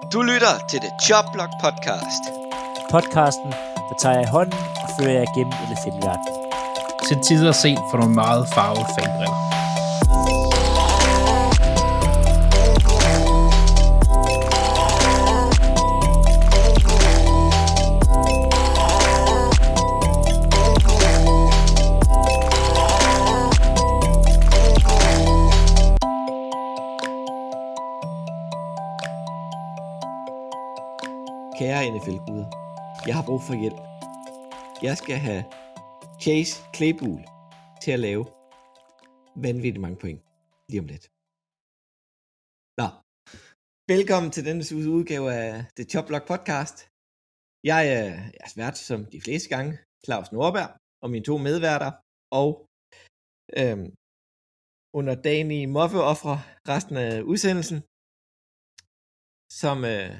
Du lytter til The Chop Block Podcast. Podcasten, der tager jeg i hånden og fører jer gennem NFL-verdenen. Til tider set for nogle meget farvede fanbriller. Kære NFL-guder, jeg har brug for hjælp. Jeg skal have Chase Claypool til at lave vanvittigt mange point lige om lidt. Nå, velkommen til denne udgave af The Chop Block Podcast. Jeg er vært som de fleste gange, Claus Nordberg, og mine to medværter, og under dagen i Moffe-offre resten af udsendelsen, som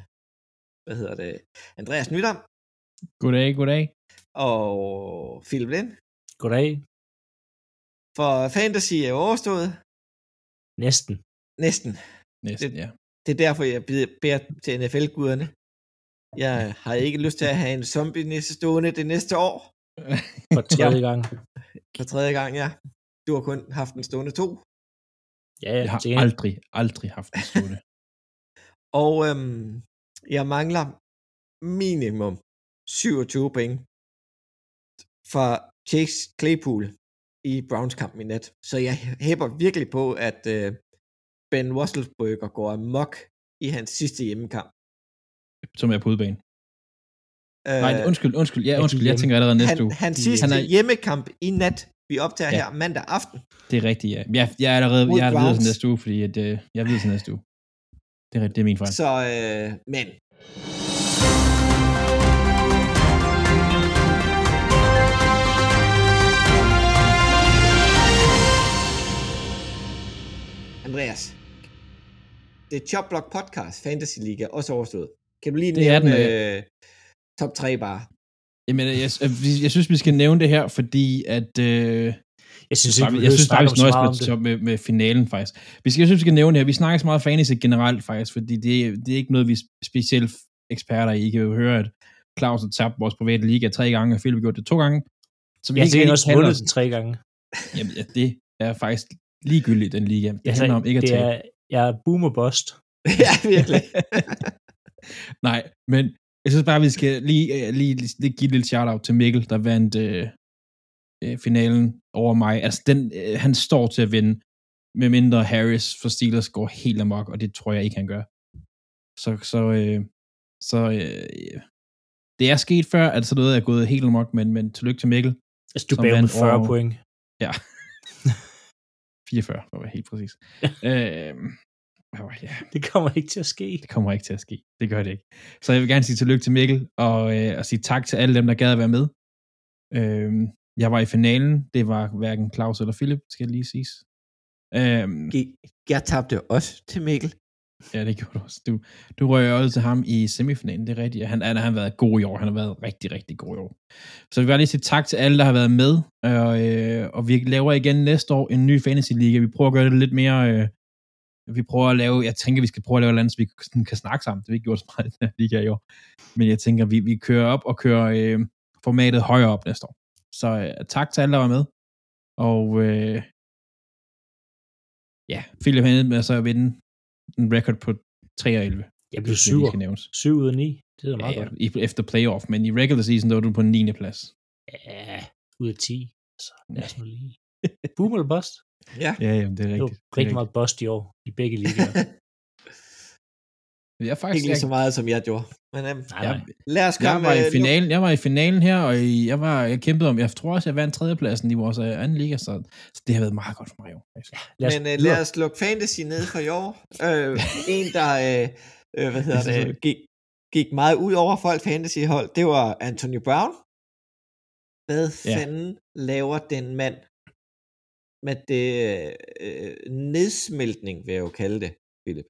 Andreas Nydam. Goddag. Og Philip Lind. Goddag. For fantasy er overstået. Næsten, Ja. Det er derfor, jeg beder til NFL-guderne. Jeg har ikke lyst til at have en zombie-nisse stående det næste år. for tredje gang. For tredje gang, ja. Du har kun haft en stående 2. Ja, Jeg har aldrig haft en stående. Og jeg mangler minimum 27 point fra Chase Claypool i Browns-kampen i nat. Så jeg hæpper virkelig på, at Ben Roethlisberger går amok i hans sidste hjemmekamp. Som er på udebane. Nej, undskyld. Ja, undskyld. Jeg tænker allerede næste uge. Hans sidste hjemmekamp i nat. Vi optager her mandag aften. Det er rigtigt, ja. Jeg er videre til næste uge, fordi jeg er videre til næste uge. Det er min fejl. Så, men... Andreas, det er Chop Block Podcast, Fantasy Liga, også overstået. Kan du lige nævne top 3 bare? Jamen, jeg synes, vi skal nævne det her, fordi at... Jeg synes bare, vi skal nøjes med finalen, faktisk. Jeg synes, vi skal nævne det her. Vi snakker så meget fantasy generelt, faktisk, fordi det er ikke noget, vi er specielt eksperter i. I kan jo høre, at Claus har tabt vores private liga 3 gange, og Philip har gjort det 2 gange. Så vi det er også vundet den 3 gange. Jamen, det er faktisk ligegyldigt, den liga. Det handler om ikke at tabe. Jeg er boomer bust. Ja, virkelig. Nej, men jeg synes bare, vi skal lige give et lille shout-out til Mikkel, der vandt finalen over mig. Altså, han står til at vinde, medmindre Harris for Steelers går helt amok, og det tror jeg ikke, han gør. Så det er sket før, at så noget er gået helt amok, men tillykke til Mikkel. Altså, du bag med 40 point. Ja. 44, var helt præcis. Ja. Det kommer ikke til at ske. Det gør det ikke. Så jeg vil gerne sige tillykke til Mikkel, og sige tak til alle dem, der gad at være med. Jeg var i finalen. Det var hverken Claus eller Philip, skal lige siges. Jeg tabte også til Mikkel. Ja, det gjorde du også. Du røg også til ham i semifinalen, det er rigtigt. Han har været god i år. Han har været rigtig, rigtig god i år. Så jeg vil bare lige sige tak til alle, der har været med. Og vi laver igen næste år en ny fantasy liga. Vi prøver at gøre det lidt mere... Vi prøver at lave... Jeg tænker, vi skal prøve at lave noget, så vi kan snakke sammen. Det har vi ikke gjort så meget i den her liga i år. Men jeg tænker, vi kører op og kører formatet højere op næste år. Så tak til alle, der var med. Og Philip havde med så at vinde en record på 3 og 11. Jeg blev 7 ud af 9. Det er meget godt. Efter playoff, men i regular season, der var du på en 9. plads. Ja, ud af 10. Så lad os nu lige. Boom eller bust? Ja, jamen, det er rigtigt. Det var rigtig meget bust i år, i begge ligaer. Jeg faktisk ikke lige så meget, som jeg gjorde. Men nej. Lad os komme... Jeg var i finalen her, og jeg kæmpede om... Jeg tror også, jeg vandt 3. pladsen i vores anden liga, så det har været meget godt for mig. Lad os lukke fantasy ned for i år. En, der gik meget ud over folk fantasy-hold, det var Antonio Brown. Hvad fanden laver den mand med det nedsmeltning, vil jeg jo kalde det, Philip?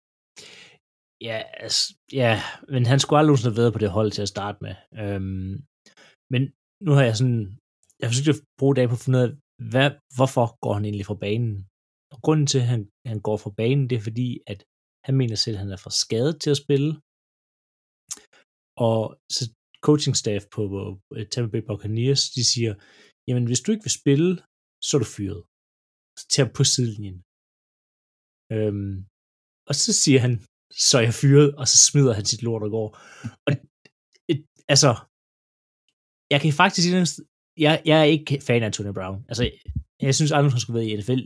Ja, men han skulle aldrig have været på det hold til at starte med. Men nu har jeg forsøgt at bruge dag på at finde ud af, hvorfor går han egentlig fra banen? Og grunden til, at han går fra banen, det er fordi, at han mener selv, at han er for skadet til at spille, Og så coaching staff på Tampa Bay Buccaneers, de siger, jamen hvis du ikke vil spille, så er du fyret. Så tager han på sidelinjen. Og så siger han, så er jeg fyret, og så smider han sit lort og går. Og altså, jeg kan faktisk sige, jeg er ikke fan af Antonio Brown. Altså, jeg synes aldrig, han skulle være i NFL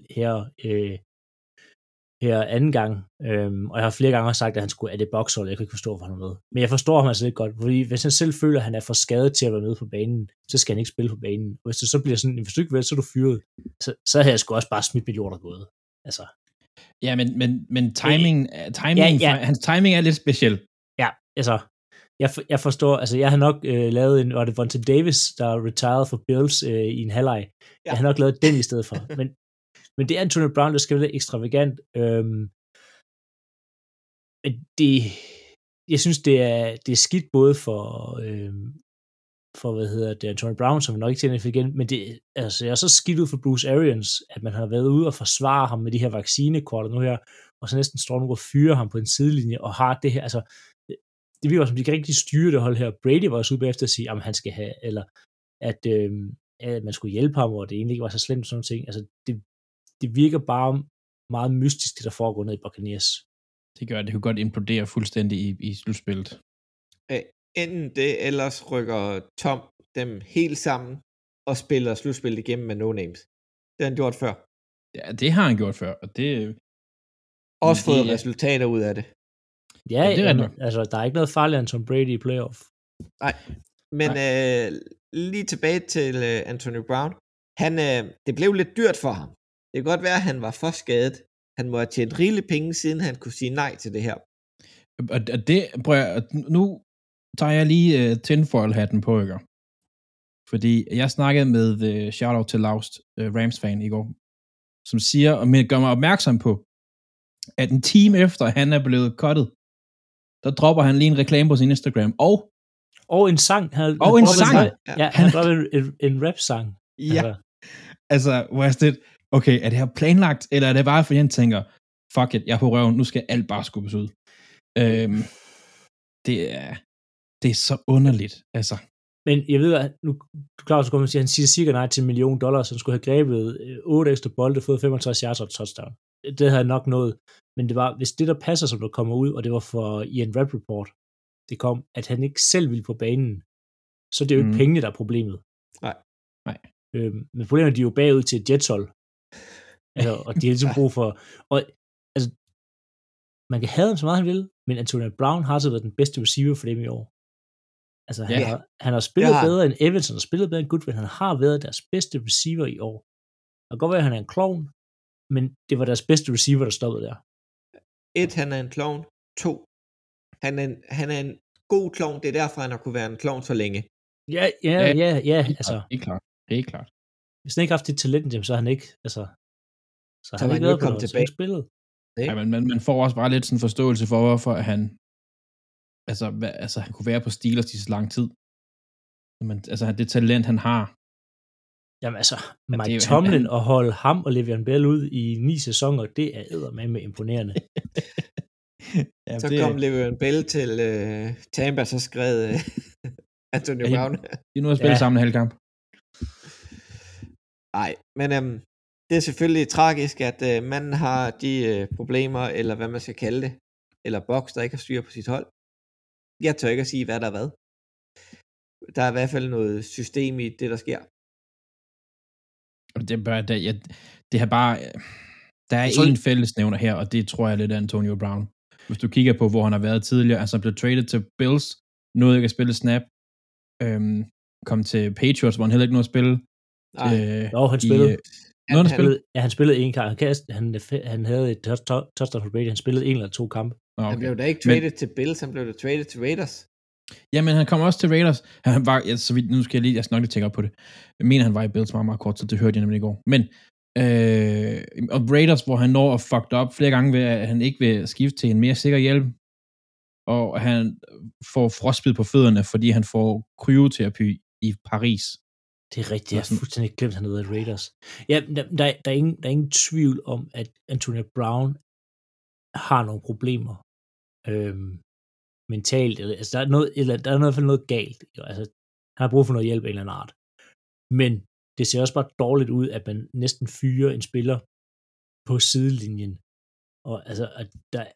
her anden gang, og jeg har flere gange sagt, at han skulle af det bokshold, jeg kan ikke forstå, hvor han er med. Men jeg forstår ham altså ikke godt, fordi hvis han selv føler, at han er for skadet til at være med på banen, så skal han ikke spille på banen. Og hvis det så bliver sådan, hvis du ikke vil, så er du fyret, så havde jeg sgu også bare smidt mit lort og gået. Altså. Ja, men timing, hans timing er lidt speciel. Ja, altså, jeg forstår, altså jeg har nok lavet var det Vontae Davis, der retired for Bills i en halvleg. Ja. Jeg har nok lavet den i stedet for, men det er Antonio Brown, der skal være lidt ekstravagant. Jeg synes, det er skidt både for Antonio Brown, som nok ikke tjener for igen, men det er så skidt ud for Bruce Arians, at man har været ude og forsvare ham med de her vaccinekvarter nu her, og så næsten står nu og fyrer ham på en sidelinje, og har det her, altså, det virker som, de kan rigtig styre det hold her. Brady var også ude bagefter at sige, at han skal have, eller at man skulle hjælpe ham, og det egentlig ikke var så slemt, sådan ting. Altså, det virker bare meget mystisk, det der foregår ned i Buccaneers. Det gør, det kunne godt implodere fuldstændig i slutspillet. Enten det, ellers rykker Tom dem helt sammen og spiller slutspillet igennem med no names. Det har han gjort før. Ja, det har han gjort før, og det... Også fået resultater ud af det. Ja, det er altså, der er ikke noget farligt end Tom Brady i playoff. Nej, men lige tilbage til Antonio Brown. Det blev lidt dyrt for ham. Det kan godt være, at han var for skadet. Han må have tjent rigeligt penge, siden han kunne sige nej til det her. Og det, nu tager jeg lige tinfoil-hatten på, ikke? Fordi jeg snakkede med shout-out til Laust, Rams-fan i går, som siger, og gør mig opmærksom på, at en time efter, han er blevet cuttet, der dropper han lige en reklame på sin Instagram, og en sang. Han dropper en rap-sang. Ja, altså, hvor er det? Okay, er det her planlagt, eller er det bare, fordi han tænker, fuck it, jeg er på røven, nu skal alt bare skubbes ud. Det er så underligt, altså. Men jeg ved, at nu Claus kommer og siger, at han siger sikkert nej til $1 million, så han skulle have grebet 8 ekstra bolde, fået 65 yards og touchdown. Det havde nok nået. Men det var, hvis det der passer, som der kommer ud, og det var for Ian Rappaport, det kom, at han ikke selv ville på banen, så det er jo ikke pengene, der er problemet. Nej. Men problemet er, de er jo bagud til et Jetshold. Altså, og de har ligesom brug for... Og, altså, man kan have ham så meget, han vil, men Antonio Brown har så været den bedste receiver for dem i år. Altså, han har spillet bedre end Evans, han har spillet bedre end Goodwin, han har været deres bedste receiver i år. Og godt være, at han er en klovn, men det var deres bedste receiver, der stoppede der. 1, han er en klovn. 2, han er en god klovn, det er derfor, han har kunne være en klovn så længe. Ja, altså. Helt klart. Hvis han ikke har haft det talent, så har han ikke, altså, så har han ikke været på noget, så han spillet. Ja, men man får også bare lidt sådan en forståelse for, hvorfor han, han kunne være på Steelers i så lang tid. Men, altså, det talent, han har. Jamen altså, Mike Tomlin og holde ham og Le'Veon Bell ud i 9 sæsoner, det er eddermame imponerende. Ja, så kom Le'Veon Bell til Tampa, så skrev Antonio Brown. De nu har spillet sammen en halv kamp. Nej, men det er selvfølgelig tragisk, at man har de problemer, eller hvad man skal kalde det, eller boks, der ikke har styr på sit hold. Jeg tør ikke at sige, hvad der er hvad. Der er i hvert fald noget system i det, der sker. Det har bare... Der er en fællesnævner her, og det tror jeg lidt af Antonio Brown. Hvis du kigger på, hvor han har været tidligere, altså han blev traded til Bills, nåede ikke at spille snap, kom til Patriots, hvor han heller ikke nåede at spille. Han spillede. Han spillede en kamp. Han havde et touchdown for Brady. Han spillede 1 eller 2 kampe. Okay. Han blev da ikke traded til Bills, han blev da traded til Raiders. Jamen, han kom også til Raiders. Han var, så vidt, nu skal jeg skal nok lige tænke op på det. Jeg mener, han var i Bills meget kort, så det hørte jeg nemlig i går. Men, og Raiders, hvor han når at fucked op flere gange ved, at han ikke vil skifte til en mere sikker hjelm. Og han får frostbid på fødderne, fordi han får kryoterapi i Paris. Det er rigtigt, jeg har fuldstændig glemt, han hedder Raiders. Ja, der er ingen tvivl om, at Antonio Brown har nogle problemer. mentalt, eller, altså, der er i hvert fald noget galt. Altså, han har brug for noget hjælp af en eller anden art. Men det ser også bare dårligt ud, at man næsten fyrer en spiller på sidelinjen. Og altså, at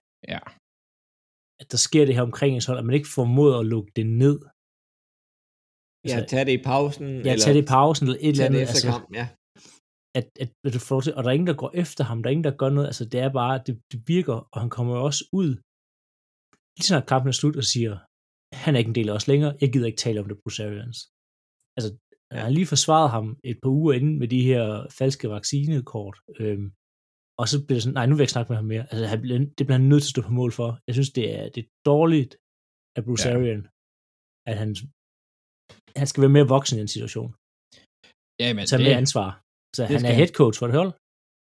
der sker det her omkring ens hold, at man ikke formår at lukke det ned. Altså, tag det i pausen. Eller tag det i pausen, eller et eller andet. Altså, kampen, at du får til, og der er ingen, der går efter ham, der er ingen, der gør noget. Altså, det er bare, det virker, og han kommer jo også ud, lige snart kampen er slut, og siger, han er ikke en del af os længere, jeg gider ikke tale om det, Bruce Arians. Altså, han har lige forsvaret ham et par uger inden med de her falske vaccinekort, og så bliver det sådan, nej, nu vil jeg ikke snakke med ham mere. Altså, det bliver han nødt til at stå på mål for. Jeg synes, det er dårligt af Bruce Arians, at han skal være mere voksen i den situation. Ja, men tage mere ansvar. Så han er head coach for et hold.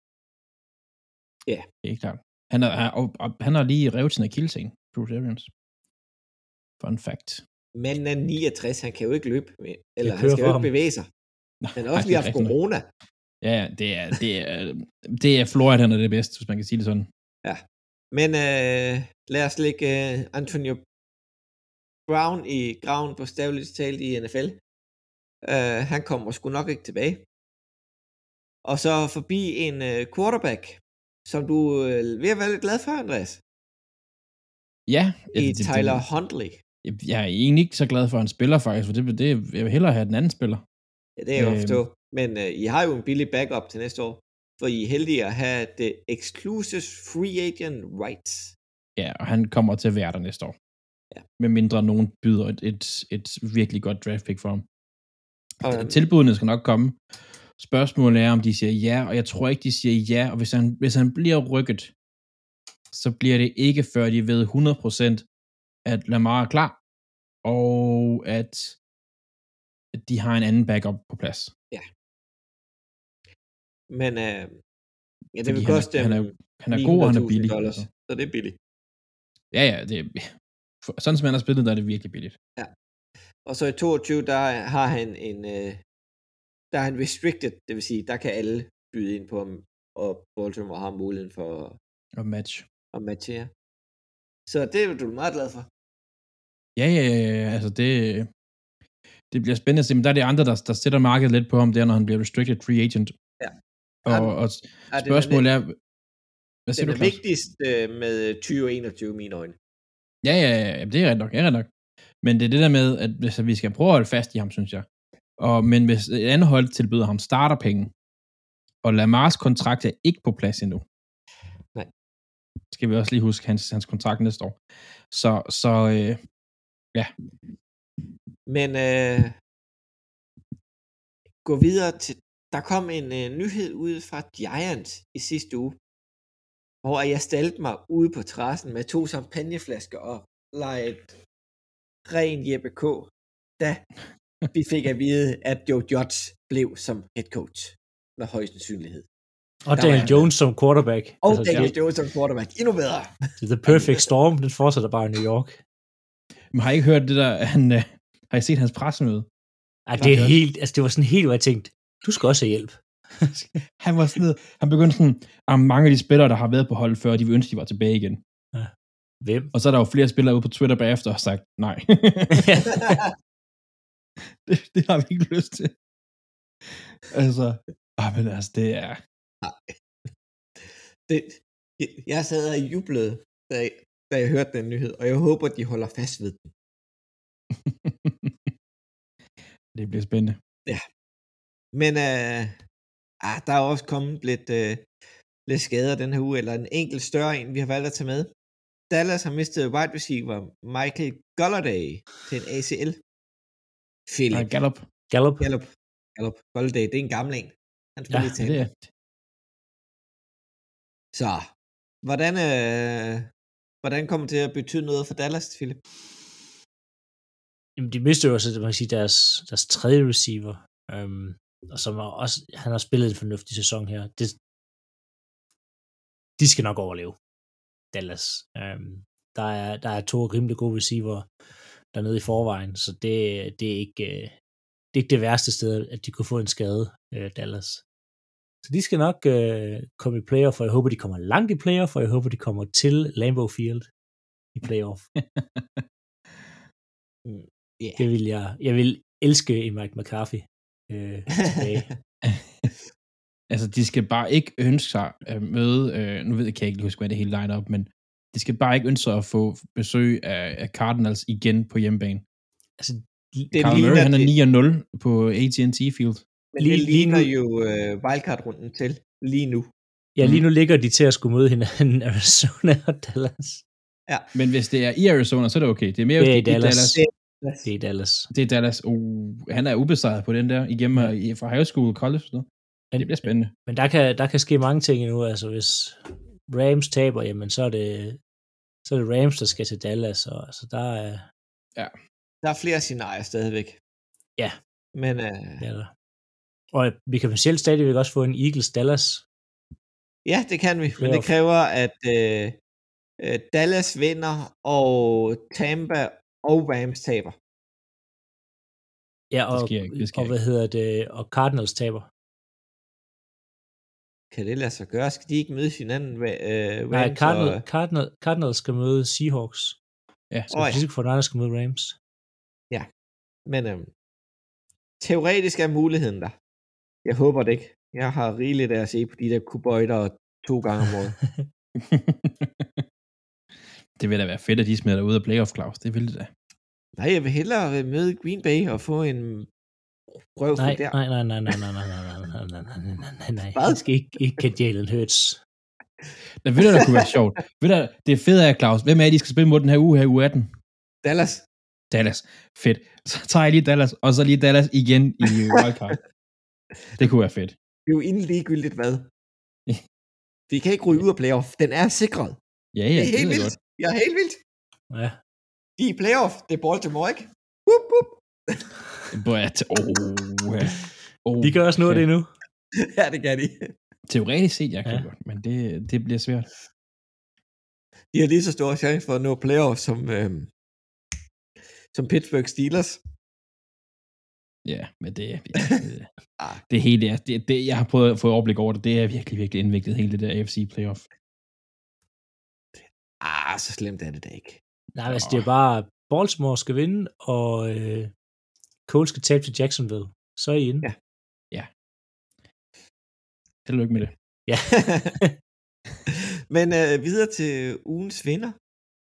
Ja, det er klart. Han har lige revet sin akillescen, Bruce Arians. Fun fact. Men er 69, han kan jo ikke løbe, eller han skal jo ikke bevæge sig. Han har også lige haft corona. Ja, det er Florida, han er det bedste, hvis man kan sige det sådan. Ja, men lad os lægge Antonio Brown i graven på stavligt talt i NFL. Han kommer sgu nok ikke tilbage. Og så forbi en quarterback, som du vil være lidt glad for, Andreas. Ja. I Tyler Huntley. Jeg er egentlig ikke så glad for, at han spiller faktisk, for jeg vil hellere have den anden spiller. Ja, det er jeg forstå. Men I har jo en billig backup til næste år, for I er heldige at have det exclusive free agent rights. Ja, og han kommer til at være der næste år. Ja. Med mindre nogen byder et virkelig godt draft pick for ham. Tilbudene skal nok komme. Spørgsmålet er, om de siger ja, og jeg tror ikke, de siger ja, og hvis han bliver rykket, så bliver det ikke før de ved 100%, at Lamar er klar, og at de har en anden backup på plads. Ja. Men det vil koste han er god, og han er billig. $900,000, så det er billigt. Ja, sådan som han har spillet, der er det virkelig billigt. Ja. Og så i 22, der har han der er han restricted, det vil sige, der kan alle byde ind på ham, og Baltimore har muligheden for at matche, ja. Så det er du meget glad for. Ja, altså det bliver spændende at se, men der er det andre, der sætter markedet lidt på ham, der når han bliver restricted free agent. Ja. Og spørgsmålet er, hvad siger du, det vigtigst med 2021 i mine øjne. Ja, det er ret nok. Men det er det der med, at hvis vi skal prøve at holde fast i ham, synes jeg. Men hvis et andet hold tilbyder ham starterpenge, og Lamars kontrakt er ikke på plads endnu. Nej. Skal vi også lige huske hans kontrakt næste år. Så ja. Men gå videre til, der kom en nyhed ud fra Giants i sidste uge, hvor jeg stillede mig ude på terrassen med 2 champagneflasker og leget ren Jeppe K. Da vi fik at vide, at Joe Judge blev som head coach med høj sandsynlighed. Og Daniel Jones som quarterback. Og altså, Daniel Jones som quarterback. Endnu bedre. The perfect storm, den fortsætter bare i New York. Men har I ikke hørt det der, har I set hans pressemøde? Ej, det er helt, altså det var sådan helt, hvor jeg tænkte, du skal også have hjælp. Han begyndte sådan, mange af de spillere, der har været på holdet før, de vil ønske, de var tilbage igen. Ja. Hvem? Og så er der jo flere spillere ude på Twitter bagefter, og har sagt, nej. det har vi ikke lyst til. Men det er... Jeg sad og jublede, da jeg hørte den nyhed, og jeg håber, de holder fast ved den. Det bliver spændende. Ja. Men der er også kommet lidt skader den her uge, eller en enkelt større en, vi har valgt at tage med. Dallas har mistet wide receiver Michael Golladay til en ACL. Gallup. Golladay, det er en gammel en. Han spiller til det. Så, hvordan kommer det til at betyde noget for Dallas, Philip? Jamen, de mister jo også, man kan sige, deres tredje receiver, og som også, han har spillet en fornuftig sæson her. De skal nok overleve, Dallas. Der er 2 rimelig gode receiver dernede i forvejen, så det er ikke det værste sted, at de kunne få en skade, Dallas. Så de skal nok komme i playoff, for jeg håber, de kommer langt i playoff, for jeg håber, de kommer til Lambeau Field i playoff. Ja. Det vil jeg vil elske en Mike McCarthy tilbage. Altså, de skal bare ikke ønske sig at møde, nu ved jeg ikke, jeg huske, hvad det hele line-up, men de skal bare ikke ønske sig at få besøg af Cardinals igen på hjemmebane. Altså, Kyler Murray, han er 9-0 på AT&T Field. Men det ligner jo wildcard-runden til lige nu. Ja, lige nu ligger de til at skulle møde hinanden, Arizona og Dallas. Ja. Men hvis det er i Arizona, så er det okay. Det er mere Det er i Dallas. Dallas. Det er Dallas. Det er Dallas. Han er ubesejret på den der, igennem fra high school og college. Så. Det bliver spændende. Men der kan ske mange ting endnu. Altså, hvis Rams taber, jamen, så er det Rams, der skal til Dallas. Og, altså, der er... Ja. Der er flere scenarier stadigvæk. Ja. Men... Ja, der. Og vi kan potentielt stadigvæk også få en Eagles-Dallas. Ja, det kan vi. Men det kræver, at Dallas vinder, og Tampa og Rams taber. Ja, og, det sker og hvad hedder det? Og Cardinals taber. Kan det lade sig gøre? Skal de ikke møde hinanden? Nej, Cardinals skal møde Seahawks. Ja, så Francisco 49ers skal møde Rams. Ja, men teoretisk er muligheden der. Jeg håber det ikke. Jeg har rigeligt af at se på de der kubøjter 2 gange om året. Det vil da være fedt, at de smider dig ud af playoff, Claus. Det vil det da. Nej, jeg vil hellere møde Green Bay og få en røvfuld der. Nej. Jeg skal ikke kan Jalen Hurts. Men ved du, der kunne være sjovt? Ved du, det er fedt af Claus. Hvem er det, de skal spille mod den her uge her i uge 18? Dallas. Fedt. Så tager jeg lige Dallas, og så lige Dallas igen i wildcard. Det kunne være fedt. Det er jo inden ligegyldigt hvad. Vi kan ikke ryge ud af playoff. Den er sikret. Ja, det er helt vildt. Jeg er helt vildt. Ja. De er i playoff. Det er Baltimore, ikke? De kan også nå det nu. Ja, det kan de. Teoretisk set, jeg kan godt, men det bliver svært. De har lige så stor chance for at nå playoff som Pittsburgh Steelers. Ja, men det hele er, det, jeg har prøvet at få overblik over det, det er virkelig, virkelig indviklet, hele det der AFC playoff. Så slemt er det da ikke. Nej, altså det er bare, Baltimore skal vinde, og Colts skal tabe til Jacksonville. Så er I inde. Ja. Tillykke med det. Ja. Men videre til ugens vinder.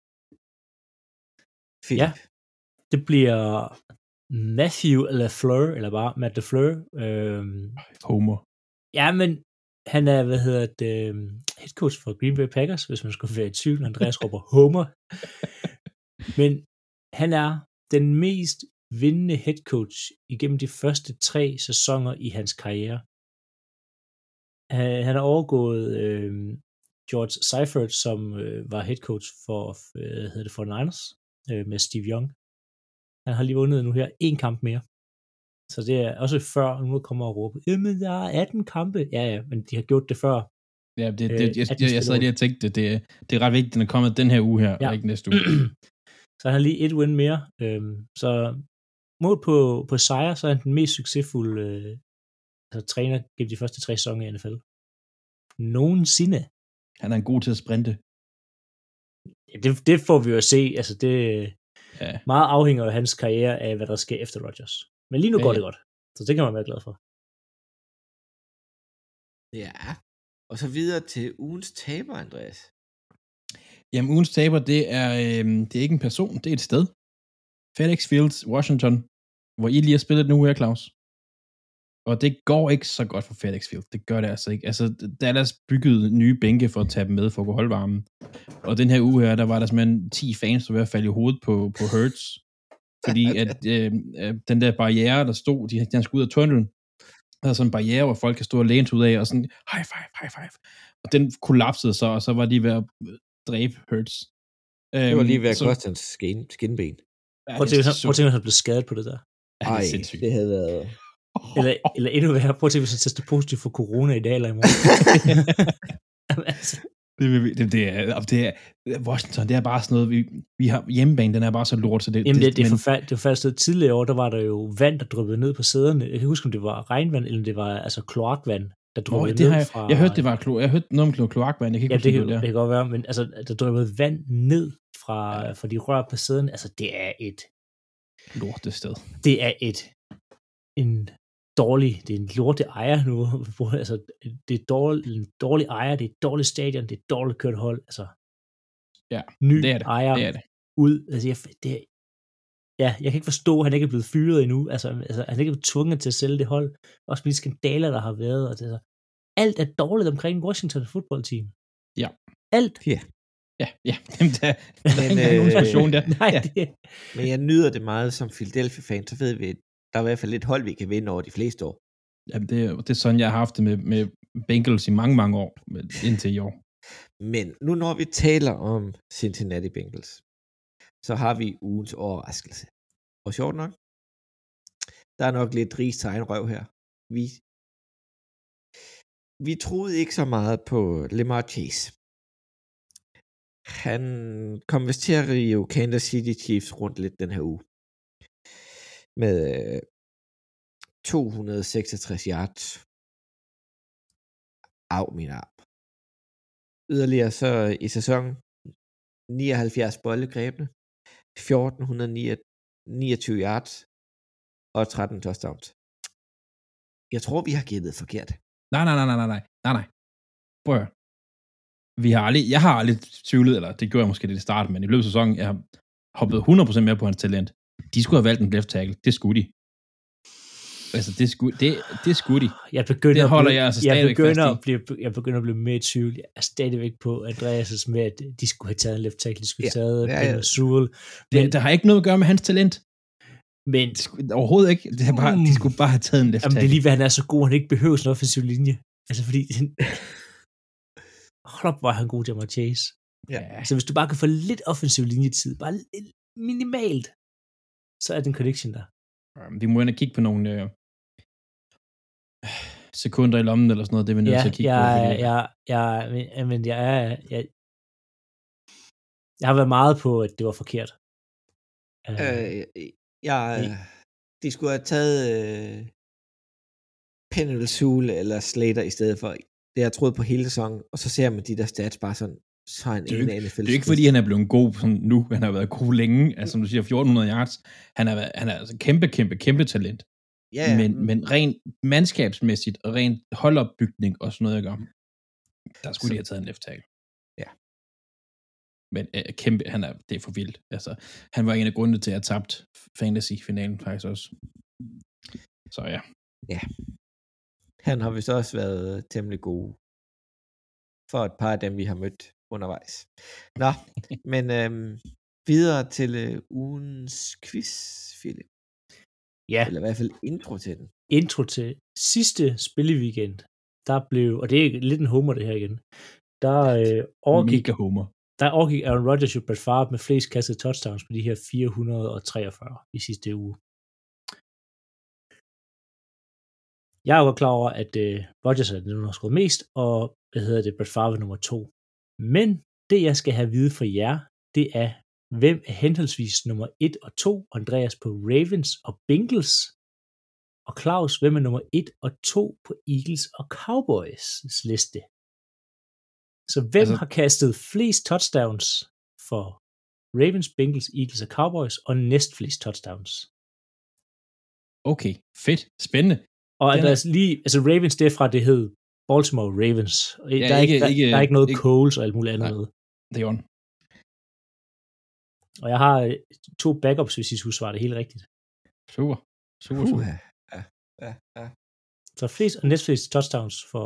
Philip. Ja, det bliver Matthew LaFleur, eller bare Matt LaFleur. Homer. Ja, men han er, head coach for Green Bay Packers, hvis man skulle være i tvivl, når Andreas råber Homer. Men han er den mest vindende head coach igennem de første 3 sæsoner i hans karriere. Han har overgået George Seifert, som var head coach for Niners med Steve Young. Han har lige vundet nu her 1 kamp mere. Så det er også før, nu kommer og råbe, jamen der er 18 kampe. Ja, men de har gjort det før. Ja, jeg sad lige og tænkte, det er ret vigtigt, at den er kommet den her uge her, og ikke næste uge. Så han har lige 1 win mere. Så målt på sejr, så er han den mest succesfulde træner gennem de første 3 sæsoner i NFL. Nogensinde. Han er god til at sprinte. Ja, det får vi jo at se. Altså det meget afhænger af hans karriere af, hvad der sker efter Rodgers. Men lige nu går det godt. Så det kan man være glad for. Ja. Og så videre til ugens taber, Andreas. Jamen, ugens taber, det er ikke en person, det er et sted. FedEx Field, Washington, hvor I lige har spillet nu her, Claus. Og det går ikke så godt for FedEx Field. Det gør det altså ikke. Altså, Dallas byggede nye bænke for at tage dem med for at kunne holde varmen. Og den her uge her, der var der simpelthen 10 fans, der var ved at falde i hovedet på Hurts. Fordi at den der barriere, der stod, de skulle ud af tunnelen. Der er sådan en barriere, hvor folk kan stå og læne ud af, og sådan, high five. Og den kollapsede så, og så var de ved at dræbe Hurts. Det var lige ved at koste hans skinben. Prøv at tænke, at han blev skadet på det der. Ej, det havde været... Eller endnu værre, prøv at tænke, hvis han tester positivt for corona i dag eller i morgen. Det er Washington, det er bare sådan noget, vi har hjemmebane, den er bare så lort, så det... Jamen, det er forfærdeligt. Tidligere år, der var der jo vand, der dryppede ned på sæderne. Jeg kan huske, om det var regnvand, eller det var kloakvand, der dryppede det ned har fra... jeg hørte, det var jeg hørte noget om kloakvand. Jeg kan ikke Ja, huske, det kan godt være, men altså, der dryppede vand ned fra de rør på siden. Altså, det er et... lortested. Det er det er en lorte ejer nu. Altså, det er en dårlig ejer, det er et dårligt stadion, det er et dårligt kørt hold. Altså, ja, ny det er det. ejer Det er det. ud. Altså, jeg kan ikke forstå, at han ikke er blevet fyret endnu. Altså, han er ikke blevet tvunget til at sælge det hold. Også med de skandaler, der har været. Og det, altså, alt er dårligt omkring Washington football team. Ja. Alt. Ja. Jamen, der er ikke nogen diskussion der. Nej, ja. det... Men jeg nyder det meget som Philadelphia-fan, så ved vi, at der er i hvert fald et hold, vi kan vinde over de fleste år. Jamen, det er sådan, jeg har haft det med Bengals i mange, mange år, indtil i år. Men nu når vi taler om Cincinnati Bengals, så har vi ugens overraskelse. Og sjovt nok, der er nok lidt ris til egen røv her. Vi troede ikke så meget på Lamar Chase. Han kom vist til at rive Kansas City Chiefs rundt lidt den her uge. Med 266 yards. Au, min arm. Yderligere så i sæsonen 79 bollegrebne, 1429 yards og 13 touchdowns. Jeg tror, vi har gættet forkert. Nej. Prøv at høre. Jeg har aldrig tvivlet, eller det gjorde jeg måske lidt i starten, men i løbet af sæsonen, jeg har hoppet 100% mere på hans talent. De skulle have valgt en left tackle. Det skulle de. Altså, det skulle de. Jeg begynder jeg at blive mere i tvivl. Jeg er stadigvæk på Andreas' med, at de skulle have taget en left tackle, de skulle have taget Penei Sewell. Der har ikke noget at gøre med hans talent. Men overhovedet ikke. Det er bare, de skulle bare have taget en left tackle. Det er lige, hvad han er så god, han ikke behøver sådan en offensiv linje. Altså, fordi hold op, hvor er han god, Ja'Marr Chase. Ja. Så hvis du bare kan få lidt offensiv linjetid, bare minimalt, så er den connection der. Vi må ind og kigge på nogle sekunder i lommen, eller sådan noget, det er vi nødt til at kigge på. Jeg har været meget på, at det var forkert. De skulle have taget Penei Sewell eller Slater i stedet for. Det har jeg troet på hele sæsonen, og så ser man de der stats bare sådan, så er det er ikke fordi, han er blevet god sådan nu, han har været god længe, altså som du siger, 1400 yards, han er altså kæmpe talent. Ja. Men rent mandskabsmæssigt, og rent holdopbygning og sådan noget, jeg gør, der skulle de have taget en left tackle. Ja. Men det er for vildt. Altså, han var en af grundene til, at jeg tabte fantasy-finalen faktisk også. Så ja. Ja. Han har vist også været temmelig god for et par af dem, vi har mødt undervejs. Nå, men videre til ugens quiz, Philip. Ja. Eller i hvert fald intro til den. Intro til sidste spilleweekend, der blev, og det er lidt en homer det her igen, der overgik Aaron Rodgers jo Brett Favre med flest kastede touchdowns på de her 443 i sidste uge. Jeg er jo klar over, at Rodgers er den, der har skåret mest, og Brett Favre nummer 2. Men det, jeg skal have at vide fra jer, det er, hvem er henholdsvis nummer 1 og 2, Andreas på Ravens og Bengals, og Claus, hvem er nummer 1 og 2 på Eagles og Cowboys liste. Så hvem har kastet flest touchdowns for Ravens, Bengals, Eagles og Cowboys, og næstflest touchdowns? Okay, fedt, spændende. Og altså Ravens, det er fra, det hed Baltimore Ravens. Ja, der er ikke noget Coles og alt muligt andet med. Det er jo. Og jeg har 2 backups, hvis I skulle svare det helt rigtigt. Super. Ja. Så flest og næstflest touchdowns for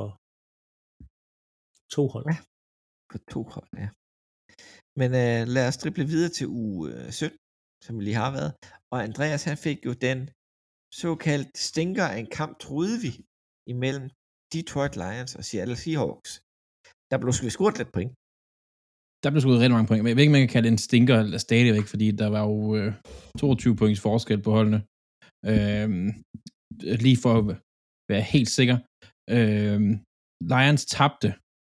2 hold. Ja, for 2 hold, ja. Men lad os drible videre til uge 17, som vi lige har været. Og Andreas, han fik jo den såkaldt stinker af en kamp, troede vi, imellem Detroit Lions og Seattle Seahawks. Der blev scoret lidt point. Der blev scoret rigtig mange point. Jeg ved ikke, man kan kalde det en stinker stadigvæk, fordi der var jo 22 points forskel på holdene. Lige for at være helt sikker. Lions tabte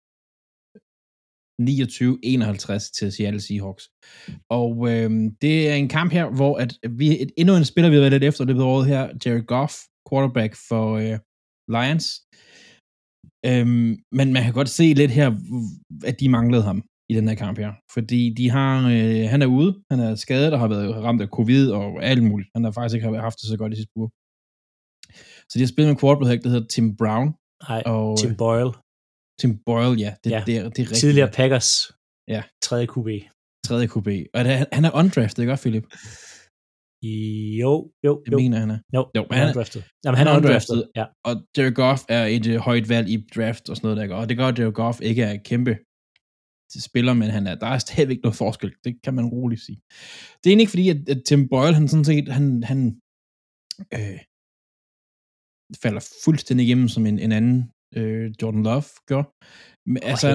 29-51 til Seattle Seahawks. Og det er en kamp her, hvor endnu en spiller, vi har været lidt efter det året her, Jared Goff, quarterback for Lions. Men man kan godt se lidt her, at de manglede ham i den her kamp her. Fordi de har, han er ude, han er skadet og har været ramt af covid og alt muligt. Han har faktisk ikke haft det så godt i sidste uge. Så de har spillet med en quarterback, der hedder Tim Brown. Nej, og Tim Boyle. Tim Boyle, ja. Det er rigtigt. Tidligere Packers. Ja. 3. QB. 3. QB. Og han er undrafted, ikke også, Philip? Jo. Det mener han er. Jo, han er undrafted. Jamen, han er undrafted, ja. Og Jared Goff er et højt valg i draft og sådan noget, der. Og det gør, at Jared Goff ikke er kæmpe spiller, men der er stadigvæk noget forskel. Det kan man roligt sige. Det er egentlig ikke fordi, at Tim Boyle, han sådan set, han falder fuldstændig igennem som en anden Jordan Love gør. Men, altså,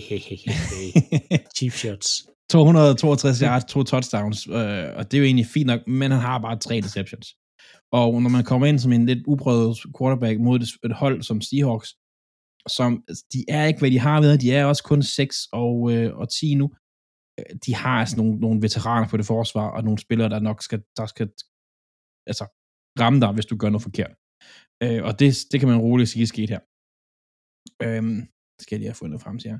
cheap shots. 262 yards, 2 touchdowns, og det er jo egentlig fint nok, men han har bare 3 interceptions. Og når man kommer ind som en lidt uprøvet quarterback mod et hold som Seahawks, som de er ikke, hvad de har været, de er også kun 6 og 10 nu. De har altså nogle veteraner på det forsvar, og nogle spillere, der nok skal altså, ramme dig, hvis du gør noget forkert. Og det kan man roligt sige sket her. Skal jeg lige have fundet frem til her.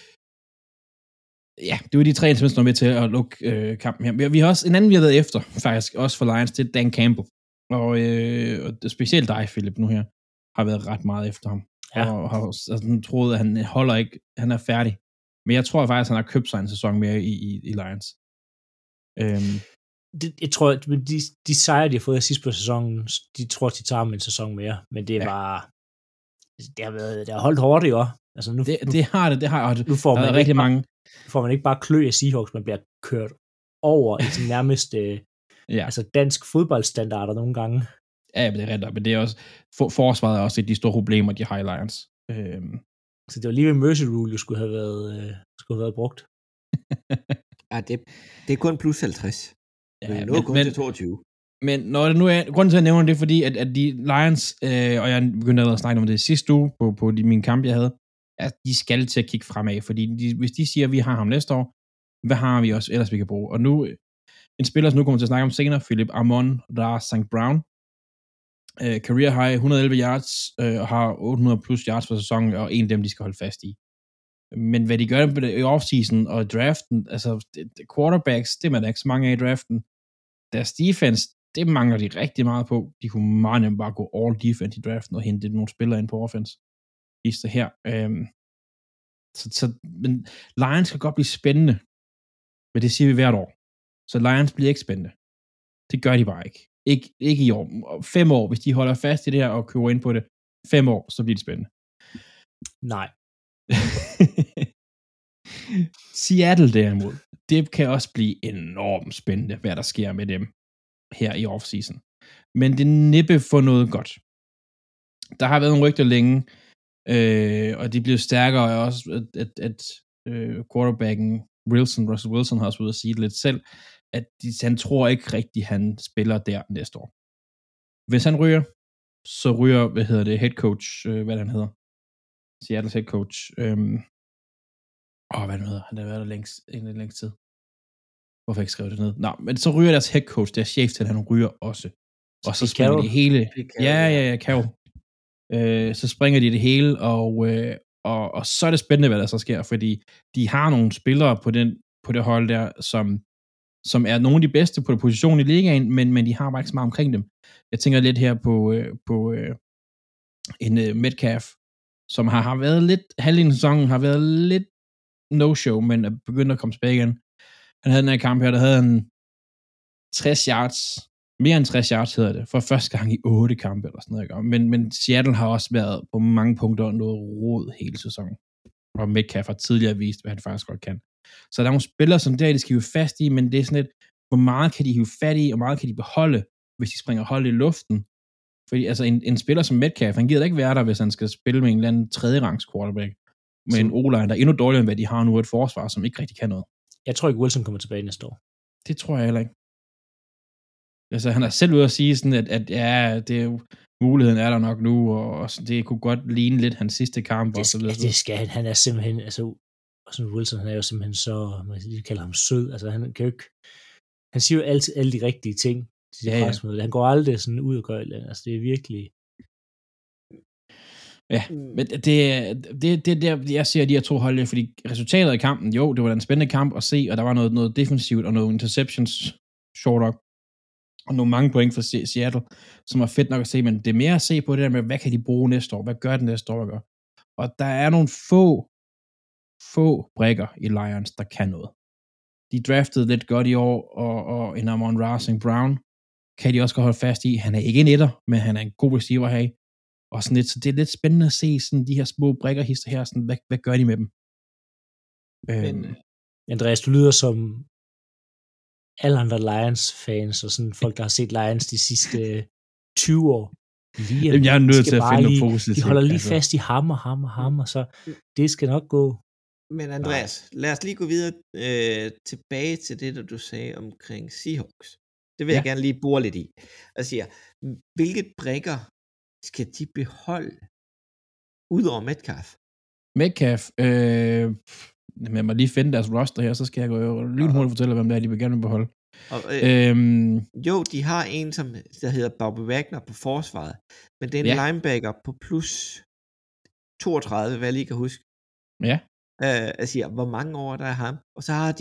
Ja, det var de 3 interceptions, der var med til at lukke kampen her. Vi har også en anden, vi har været efter, faktisk også for Lions, det er Dan Campbell. Og specielt dig, Philip, nu her, har været ret meget efter ham. Ja. Og har troet, at han holder ikke, han er færdig. Men jeg tror faktisk, han har købt sig en sæson mere i Lions. Jeg tror, at de sejre, de har fået sidst på sæsonen, de tror, de tager med en sæson mere. Men det er bare, det har holdt hårdt i år. Altså nu, det har det. Nu får man rigtig mange. Får man ikke bare klø af Seahawks, man bliver kørt over i den nærmeste altså dansk fodboldstandarder nogle gange. Ja, men det er rigtigt, men det er også forsvaret er også et af de store problemer, de har i Lions. Så det var lige ved Mercy Rule, jo skulle have været brugt. Ja, det er kun plus 50. Ja, nu er kun til 22. Men når det nu er, grunden til at nævne det, er fordi, at de Lions, og jeg begyndte at snakke om det sidste uge, på mine kampe, jeg havde, at de skal til at kigge fremad, fordi hvis de siger, at vi har ham næste år, hvad har vi også ellers, vi kan bruge? Og nu, en spiller, som nu kommer til at snakke om senere, Philip Amon-Ra St. Brown, career high, 111 yards, og har 800 plus yards for sæsonen, og en af dem, de skal holde fast i. Men hvad de gør i offseason og draften, altså quarterbacks, det er man ikke så mange af i draften. Deres defense, det mangler de rigtig meget på. De kunne meget nemt bare gå all defense i draften og hente nogle spillere ind på offense. Hister her. Men Lions kan godt blive spændende, men det siger vi hvert år. Så Lions bliver ikke spændende. Det gør de bare ikke. Ikke i år. 5 år, hvis de holder fast i det her og køber ind på det, 5 år, så bliver det spændende. Nej. Seattle derimod, det kan også blive enormt spændende, hvad der sker med dem her i offseason. Men det næppe for noget godt. Der har været en rygter længe, og de bliver stærkere også, at quarterbacken Russell Wilson har også ude at sige det lidt selv, at han tror ikke rigtigt, han spiller der næste år. Hvis han ryger, så ryger, head coach, hvad han hedder, Seattle's head coach, hvad han hedder, han har været der længst tid. Hvorfor ikke skrive det ned? Nå, men så ryger deres head coach, deres chef til, han ryger også. Og så springer de hele, Carroll. Så springer de det hele, og så er det spændende, hvad der så sker, fordi de har nogle spillere på det hold der, som er nogle af de bedste på position i ligaen, men de har bare ikke så meget omkring dem. Jeg tænker lidt her på en Metcalf, som har været lidt, halvdelen af sæsonen har været lidt no-show, men er begyndt at komme tilbage igen. Han havde den her kamp her, der havde han 60 yards, mere end 60 yards hedder det, for første gang i 8 kampe eller sådan noget. Men Seattle har også været på mange punkter noget rod hele sæsonen. Og Metcalf har tidligere vist, hvad han faktisk godt kan. Så der er nogle spillere, som der de skal hive fast i, men det er sådan lidt, hvor meget kan de hive fat i, og hvor meget kan de beholde, hvis de springer holdet i luften. Fordi altså en spiller som Metcalf, han gider ikke være der, hvis han skal spille med en eller anden tredjerangs quarterback, med en O-line, der er endnu dårligere, end hvad de har nu, et forsvar, som ikke rigtig kan noget. Jeg tror ikke, Wilson kommer tilbage næste år. Det tror jeg heller ikke. Altså, han er selv ude at sige sådan, at ja, det er jo, muligheden er der nok nu, og det kunne godt ligne lidt hans sidste kamp. Det skal han. Han er simpelthen, altså, Wilson, han er jo simpelthen så, man kalder ham sød. Altså, han kan jo ikke, han siger jo altid alle de rigtige ting til de pressemøder. Han går aldrig sådan ud og gør det. Altså, det er virkelig. Ja, men det er der, jeg ser de her to hold, fordi resultatet af kampen, jo, det var en spændende kamp at se, og der var noget defensivt, og nogle interceptions, short up, og nogle mange point for Seattle, som var fedt nok at se, men det er mere at se på det der med, hvad kan de bruge næste år, hvad gør den næste år, gør? Og der er nogle få brikker i Lions, der kan noget. De draftede lidt godt i år, og en Amon-Ra St. Brown kan de også godt holde fast i. Han er ikke en etter, men han er en god receiver at have. Og sådan lidt, så det er lidt spændende at se sådan de her små brikkerhister her, sådan, hvad gør de med dem? Men, Andreas, du lyder som alle andre Lions-fans, og sådan folk, der har set Lions de sidste 20 år. Jeg er nødt til at finde noget positivt. De holder lige fast i ham, og så det skal nok gå. Men Andreas, lad os lige gå videre tilbage til det, der du sagde omkring Seahawks. Det vil jeg gerne lige bore lidt i. Og siger, hvilke brikker skal de beholde udover Metcalf? Lad mig lige finde deres roster her, så skal jeg gå lynhurtigt fortælle, hvem der er, de vil gerne beholde. Jo, de har en, som der hedder Bobby Wagner på forsvaret, men det er en linebacker på plus 32, hvad jeg lige kan huske. Ja. Jeg siger, hvor mange år der er ham? Og så har de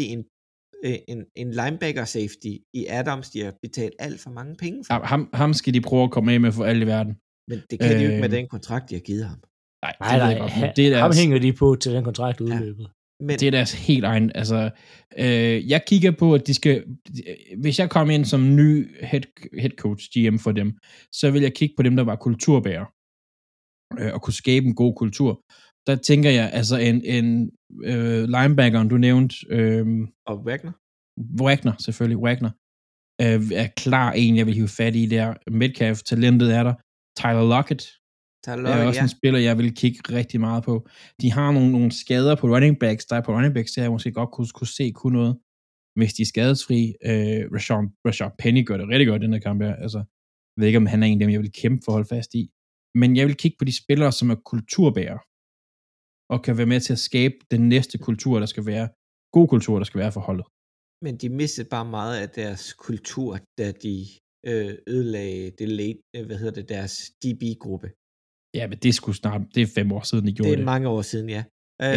en linebacker safety i Adams, de har betalt alt for mange penge for. Ham skal de prøve at komme af med for alt i verden. Men det kan de jo ikke med den kontrakt, de har givet ham. Nej, ham hænger de på til den kontrakt udløbet. Ja. Men det er deres helt egen, altså, jeg kigger på, at de skal, hvis jeg kom ind som ny head coach, GM for dem, så vil jeg kigge på dem, der var kulturbærere, og kunne skabe en god kultur. Der tænker jeg, altså en linebacker, du nævnte, og Wagner, selvfølgelig, Wagner, er klar en, jeg vil hive fat i der. Metcalf, talentet er der. Tyler Lockett er også en spiller, jeg vil kigge rigtig meget på. De har nogle skader på running backs, der jeg måske godt kunne se noget, hvis de er skadesfri. Rashad Penny gør det rigtig godt i den her kamp her. Altså, jeg ved ikke, om han er en af dem, jeg vil kæmpe for at holde fast i. Men jeg vil kigge på de spillere, som er kulturbærere, og kan være med til at skabe den næste kultur, der skal være, god kultur, der skal være for holdet. Men de mistede bare meget af deres kultur, da de ødelagde det deres DB-gruppe. Ja, men det er 5 år siden, de gjorde det. Det er mange år siden, ja.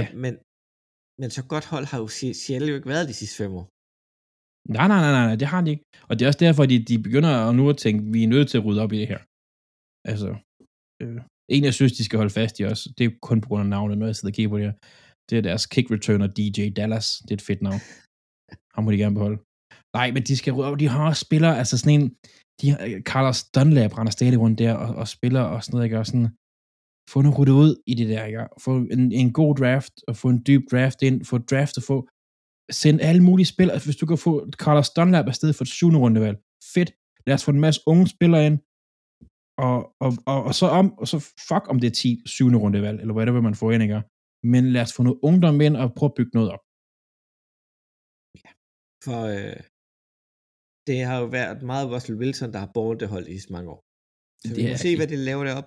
Men så godt hold har jo Seattle jo ikke været de sidste 5 år. Nej, det har de ikke. Og det er også derfor, de begynder at nu at tænke, vi er nødt til at rydde op i det her. Altså, en jeg synes, de skal holde fast i også, det er kun på grund af navnet, når jeg sidder og kigger på det her. Det er deres kick returner, DJ Dallas. Det er et fedt navn. Ham må de gerne beholde. Nej, men de skal rydde op. De har også spillere, altså sådan en, Carlos Dunlap render stadig rundt der og spiller og sådan noget, ikke? Og sådan, få noget ryddet ud i det der, ikke? Få en god draft, og få en dyb draft ind, få draft og få, send alle mulige spillere, altså, hvis du kan få Carlos Dunlap afsted for et 7. rundevalg, fedt, lad os få en masse unge spillere ind, og så fuck om det er 10. 7. rundevalg, eller hvad det vil man få ind, ikke? Men lad os få noget ungdom ind, og prøve at bygge noget op. Ja, for det har jo været meget Russell Wilson, der har båret det hold i så mange år. Så vi må se, hvad de laver derop.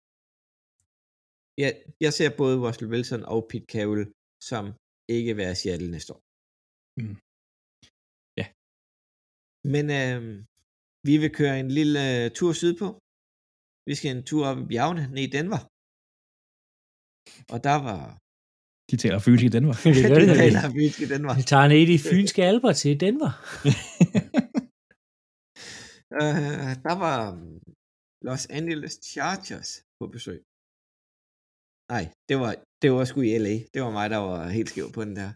Ja, jeg ser både Russell Wilson og Pete Carroll som ikke være Seattle næste år. Ja. Men vi vil køre en lille tur sydpå. Vi skal en tur op i bjergene, ned i Denver. Og der var... De taler fynsk i Denver. De taler fynsk i Denver. Vi tager ned i de fynske alper til Denver. Der var Los Angeles Chargers på besøg. Nej, det var sgu i LA. Det var mig, der var helt skæv på den der.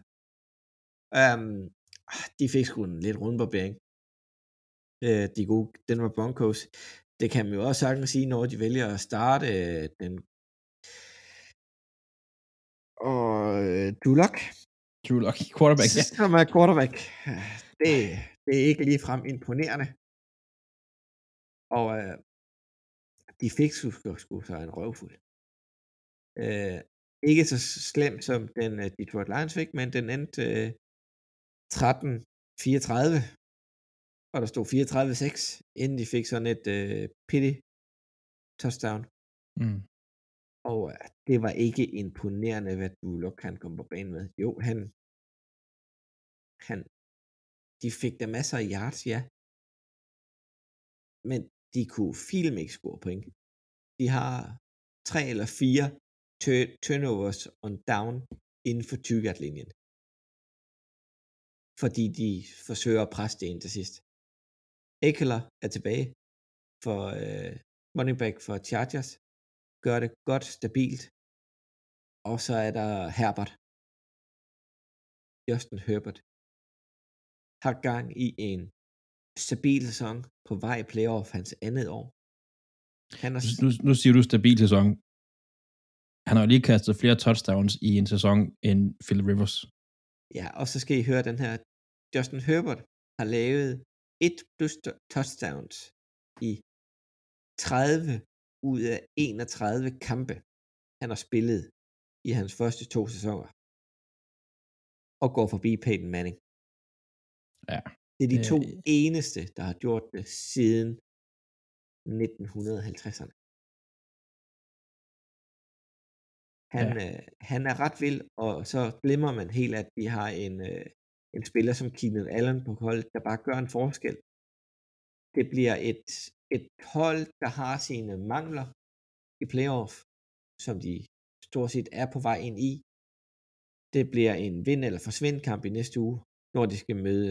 De fik sgu en lidt rundbarbering. De gode Denver Broncos. Det kan man jo også sagtens sige, når de vælger at starte den. Og Drew Lock, quarterback, ja. Som er quarterback. Det er ikke ligefrem imponerende. Og de fik sgu så en røvfuld. Ikke så slemt som den Detroit Lions fik, men den endte 13-34, og der stod 34-6, inden de fik sådan et pity touchdown. Og det var ikke imponerende, hvad Bullock kan komme på banen med. Jo, de fik der masser af yards, ja. Men de kunne film ikke score point. De har 3 eller 4 turnovers on down inden for 20-yard-linjen. Fordi de forsøger at presse det ind til sidst. Ekeler er tilbage for running back for Chargers. Gør det godt, stabilt. Og så er der Herbert. Justin Herbert. Har gang i en stabil sæson på vej i playoff hans andet år. Han er... Nu siger du stabil sæson. Han har jo lige kastet flere touchdowns i en sæson end Phil Rivers. Ja, og så skal I høre den her. Justin Herbert har lavet 1+ touchdowns i 30 ud af 31 kampe, han har spillet i hans første 2 sæsoner. Og går forbi Peyton Manning. Ja. Det er de 2 eneste, der har gjort det siden 1950'erne. Han er ret vild, og så glemmer man helt, at de har en spiller som Keenan Allen på hold, der bare gør en forskel. Det bliver et hold, der har sine mangler i playoff, som de stort set er på vej ind i. Det bliver en vind- eller forsvind-kamp i næste uge, når de skal møde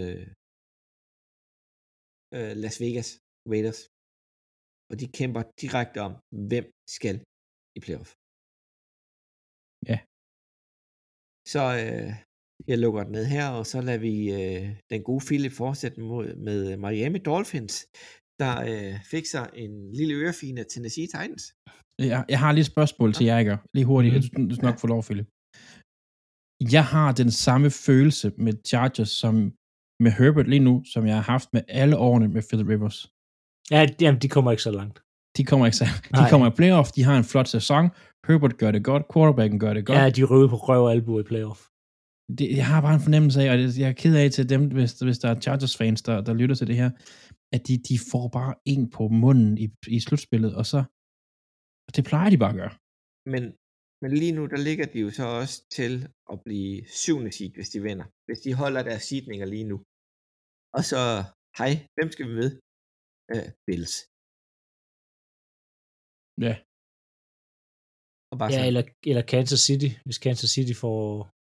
Las Vegas Raiders. Og de kæmper direkte om, hvem skal i playoff. Ja. Så jeg lukker den ned her, og så lader vi den gode Philip fortsætte med Miami Dolphins, der fik sig en lille ørefine af Tennessee Titans. Jeg har lige et spørgsmål til jer, ikke? Lige hurtigt. Du skal nok få lov, Philip. Jeg har den samme følelse med Chargers som med Herbert lige nu, som jeg har haft med alle årene med Phil Rivers. Ja, jamen, de kommer ikke så langt. De kommer i playoff, de har en flot sæson. Herbert gør det godt, quarterbacken gør det godt. Ja, de røde på røv og albu i playoff. Jeg har bare en fornemmelse af, og jeg er ked af til dem, hvis der er Chargers-fans, der lytter til det her, at de får bare en på munden i slutspillet, og så det plejer de bare at gøre. Men lige nu, der ligger de jo så også til at blive 7. seed, hvis de vinder. Hvis de holder deres seedninger lige nu. Og så, hej, hvem skal vi med? Bills. Ja. Og bare ja, eller Kansas City, hvis Kansas City får...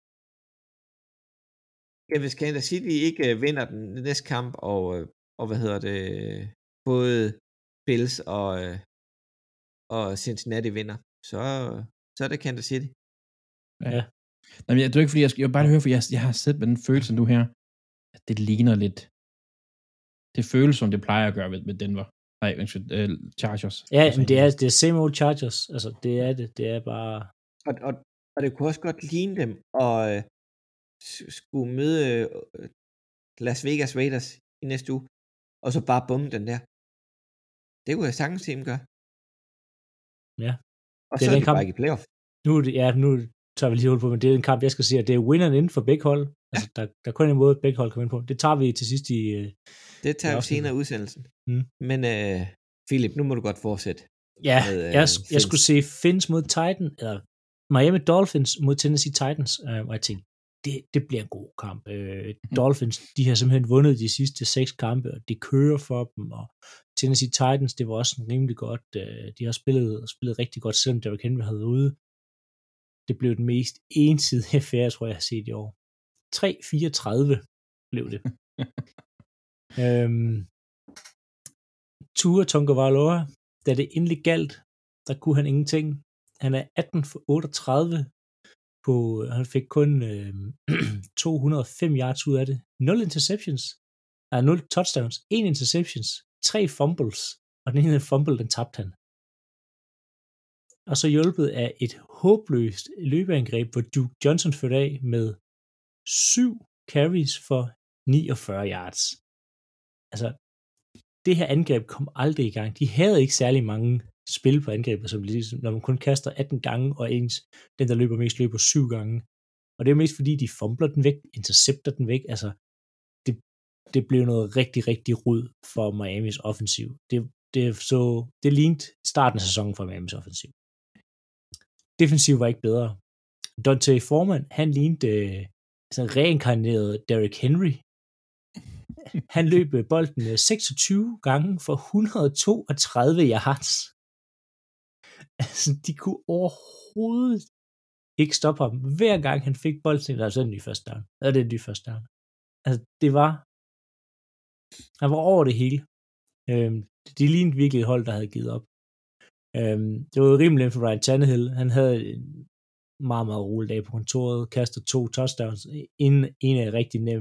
Ja, hvis Kansas City ikke vinder den næste kamp, og hvad hedder det, både Bills og Cincinnati vinder, så er det Kansas City. Ja. Nej, men det er ikke fordi, jeg vil bare høre, for jeg har set med den følelse nu her, at det ligner lidt. Det føles som det plejer at gøre med Denver. Nej, Chargers. Ja, men det er same old Chargers. Altså, det er det. Det er bare... Og det kunne også godt ligne dem, og skulle møde Las Vegas Raiders i næste uge, og så bare bombe den der. Det kunne jeg sagtens se dem gøre. Ja. Og så er det bare ikke i playoff. Nu tager vi lige hul på, men det er en kamp, jeg skal sige, at det er winneren inden for begge hold. Ja. Altså, der er kun en måde, at begge hold kommer ind på. Det tager vi til sidst i... Det tager vi senere i udsendelsen. Men Philip, nu må du godt fortsætte. Ja, jeg skulle se Fins mod Titan, eller Miami Dolphins mod Tennessee Titans, og jeg tænkte, det bliver en god kamp. Dolphins, de har simpelthen vundet de sidste 6 kampe, og det kører for dem, og Tennessee Titans, det var også rimelig godt. De har spillet rigtig godt, selvom Derrick Henry havde været ude. Det blev den mest ensidige affære, tror jeg har set i år. 3-34 blev det. Tua Tagovailoa, da det endelig galt, der kunne han ingenting. Han er 18 for 38 på, han fik kun 205 yards ud af det. 0 interceptions. 0 touchdowns, 1 interceptions, 3 fumbles, og den ene fumble, den tabte han. Og så hjulpet af et håbløst løbeangreb, hvor Duke Johnson førte af med 7 carries for 49 yards. Altså, det her angreb kom aldrig i gang. De havde ikke særlig mange spil på angrebet, som ligesom, når man kun kaster 18 gange, og den, der løber mest, løber 7 gange. Og det er mest fordi, de fumbler den væk, intercepter den væk. Altså, det blev noget rigtig, rigtig rod for Miamis offensiv. Det lignede starten af sæsonen for Miamis offensiv. Defensiv var ikke bedre. Dante Foreman, han lignede reinkarneret Derrick Henry. Han løb bolden 26 gange for 132 yards. Altså, de kunne overhovedet ikke stoppe ham. Hver gang han fik bolden, altså den nye første down. Ja, det er den nye første down. Altså, han var over det hele. De lignede virkelig et hold, der havde givet op. Det var jo rimelig nemt for Ryan Tannehill. Han havde en meget, meget rolig dag på kontoret, kastede 2 touchdowns. En af rigtig nem,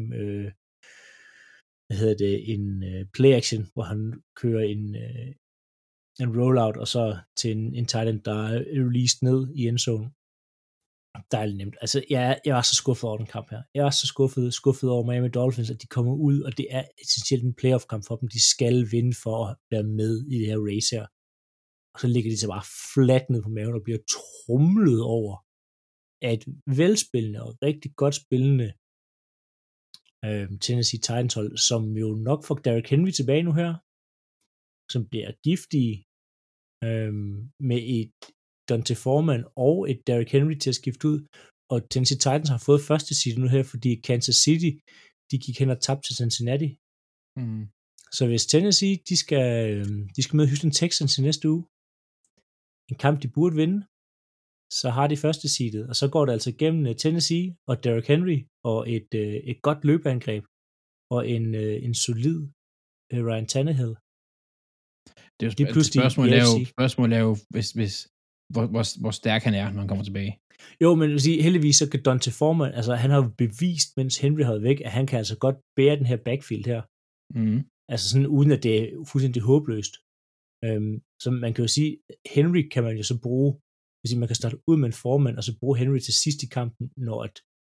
en play action, hvor han kører en rollout, og så til en tight end, der er released ned i endzone. Dejligt nemt. Altså, jeg er så skuffet over den kamp her. Jeg er så skuffet over Miami Dolphins, at de kommer ud, og det er essentielt en playoff-kamp for dem. De skal vinde for at være med i det her race her. Og så ligger de så bare fladt ned på maven og bliver trumlet over af et velspillende og rigtig godt spillende Tennessee Titans hold, som jo nok får Derrick Henry tilbage nu her, som bliver giftige med et Dante Foreman og et Derrick Henry til at skifte ud, og Tennessee Titans har fået første seed nu her, fordi Kansas City, de gik hen og tabte til Cincinnati. Så hvis Tennessee, de skal møde Houston Texans i næste uge, en kamp, de burde vinde, så har de første seedet, og så går det altså gennem Tennessee og Derrick Henry, og et godt løbeangreb, og en solid Ryan Tannehill. Det er jo spørgsmålet er jo hvis hvor stærk han er, når han kommer tilbage. Jo, men vil sige, heldigvis så kan Dante Foreman, altså han har jo bevist, mens Henry har været væk, at han kan altså godt bære den her backfield her. Altså sådan uden at det er fuldstændig håbløst. Så man kan jo sige, Henry kan man jo så bruge, hvis man kan starte ud med en Foreman, og så bruge Henry til sidst i kampen, når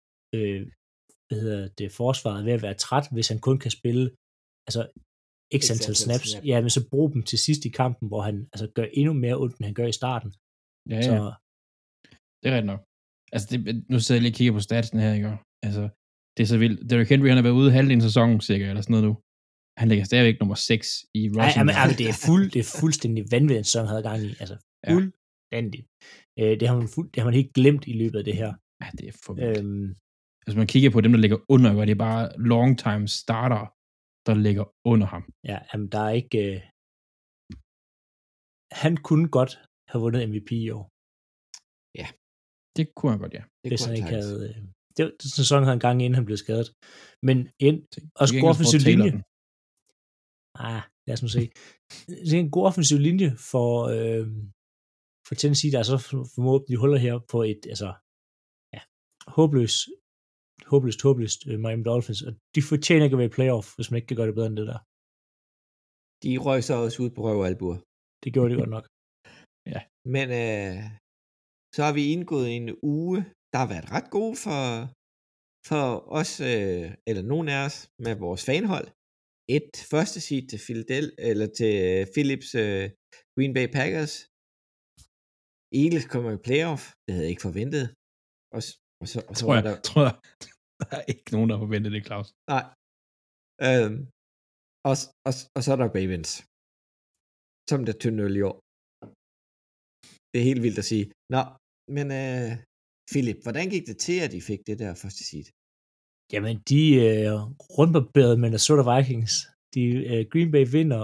forsvaret er ved at være træt, hvis han kun kan spille altså x antal snaps. Ja, men så bruge dem til sidst i kampen, hvor han altså gør endnu mere ondt, end han gør i starten. Ja. Det er rigtigt nok. Altså, nu sidder jeg lige og kigger på statsen her, ikke? Altså, det er så vildt. Derrick Henry, han har været ude halvdelen af sæsonen, cirka, eller sådan noget nu. Han ligger stadigvæk nummer 6 i rushing. Nej, men det er fuldstændig vanvittigt, en sæson havde gang i. Altså, fuldstændig. Det har man helt glemt i løbet af det her. Ja, det er for vildt. Altså, man kigger på dem, der ligger under, hvor det er bare long time starter, der ligger under ham. Ja, jamen, der er ikke... Han kunne godt have vundet MVP i år. Ja. Det kunne han godt, ja. Hvis han ikke havde... Det sæsonen havde en gang inden han blev skadet. Men også god offensiv linje. Lad os nu se. Det er en god offensiv linje for Tennessee, der er så formået de huller her på et, altså, ja, håbløst Miami Dolphins, og de fortjener ikke at være i playoff, hvis man ikke kan gøre det bedre end det der. De røg så også ud på røv og albuer. Det gjorde de godt nok. Ja. Men så har vi indgået en uge, der har været ret god for os, eller nogen af os, med vores fanhold. Et første seed til Philips Green Bay Packers. Eagles kommer i playoff. Det havde jeg ikke forventet. Og så tror jeg, der er ikke nogen, der har forventet det, Claus. Nej. Og så er der Ravens. Som der tynde øl i år. Det er helt vildt at sige. Nå, men Philip, hvordan gik det til, at de fik det der første seed? Jamen, de rundbarberede Minnesota Vikings. Green Bay vinder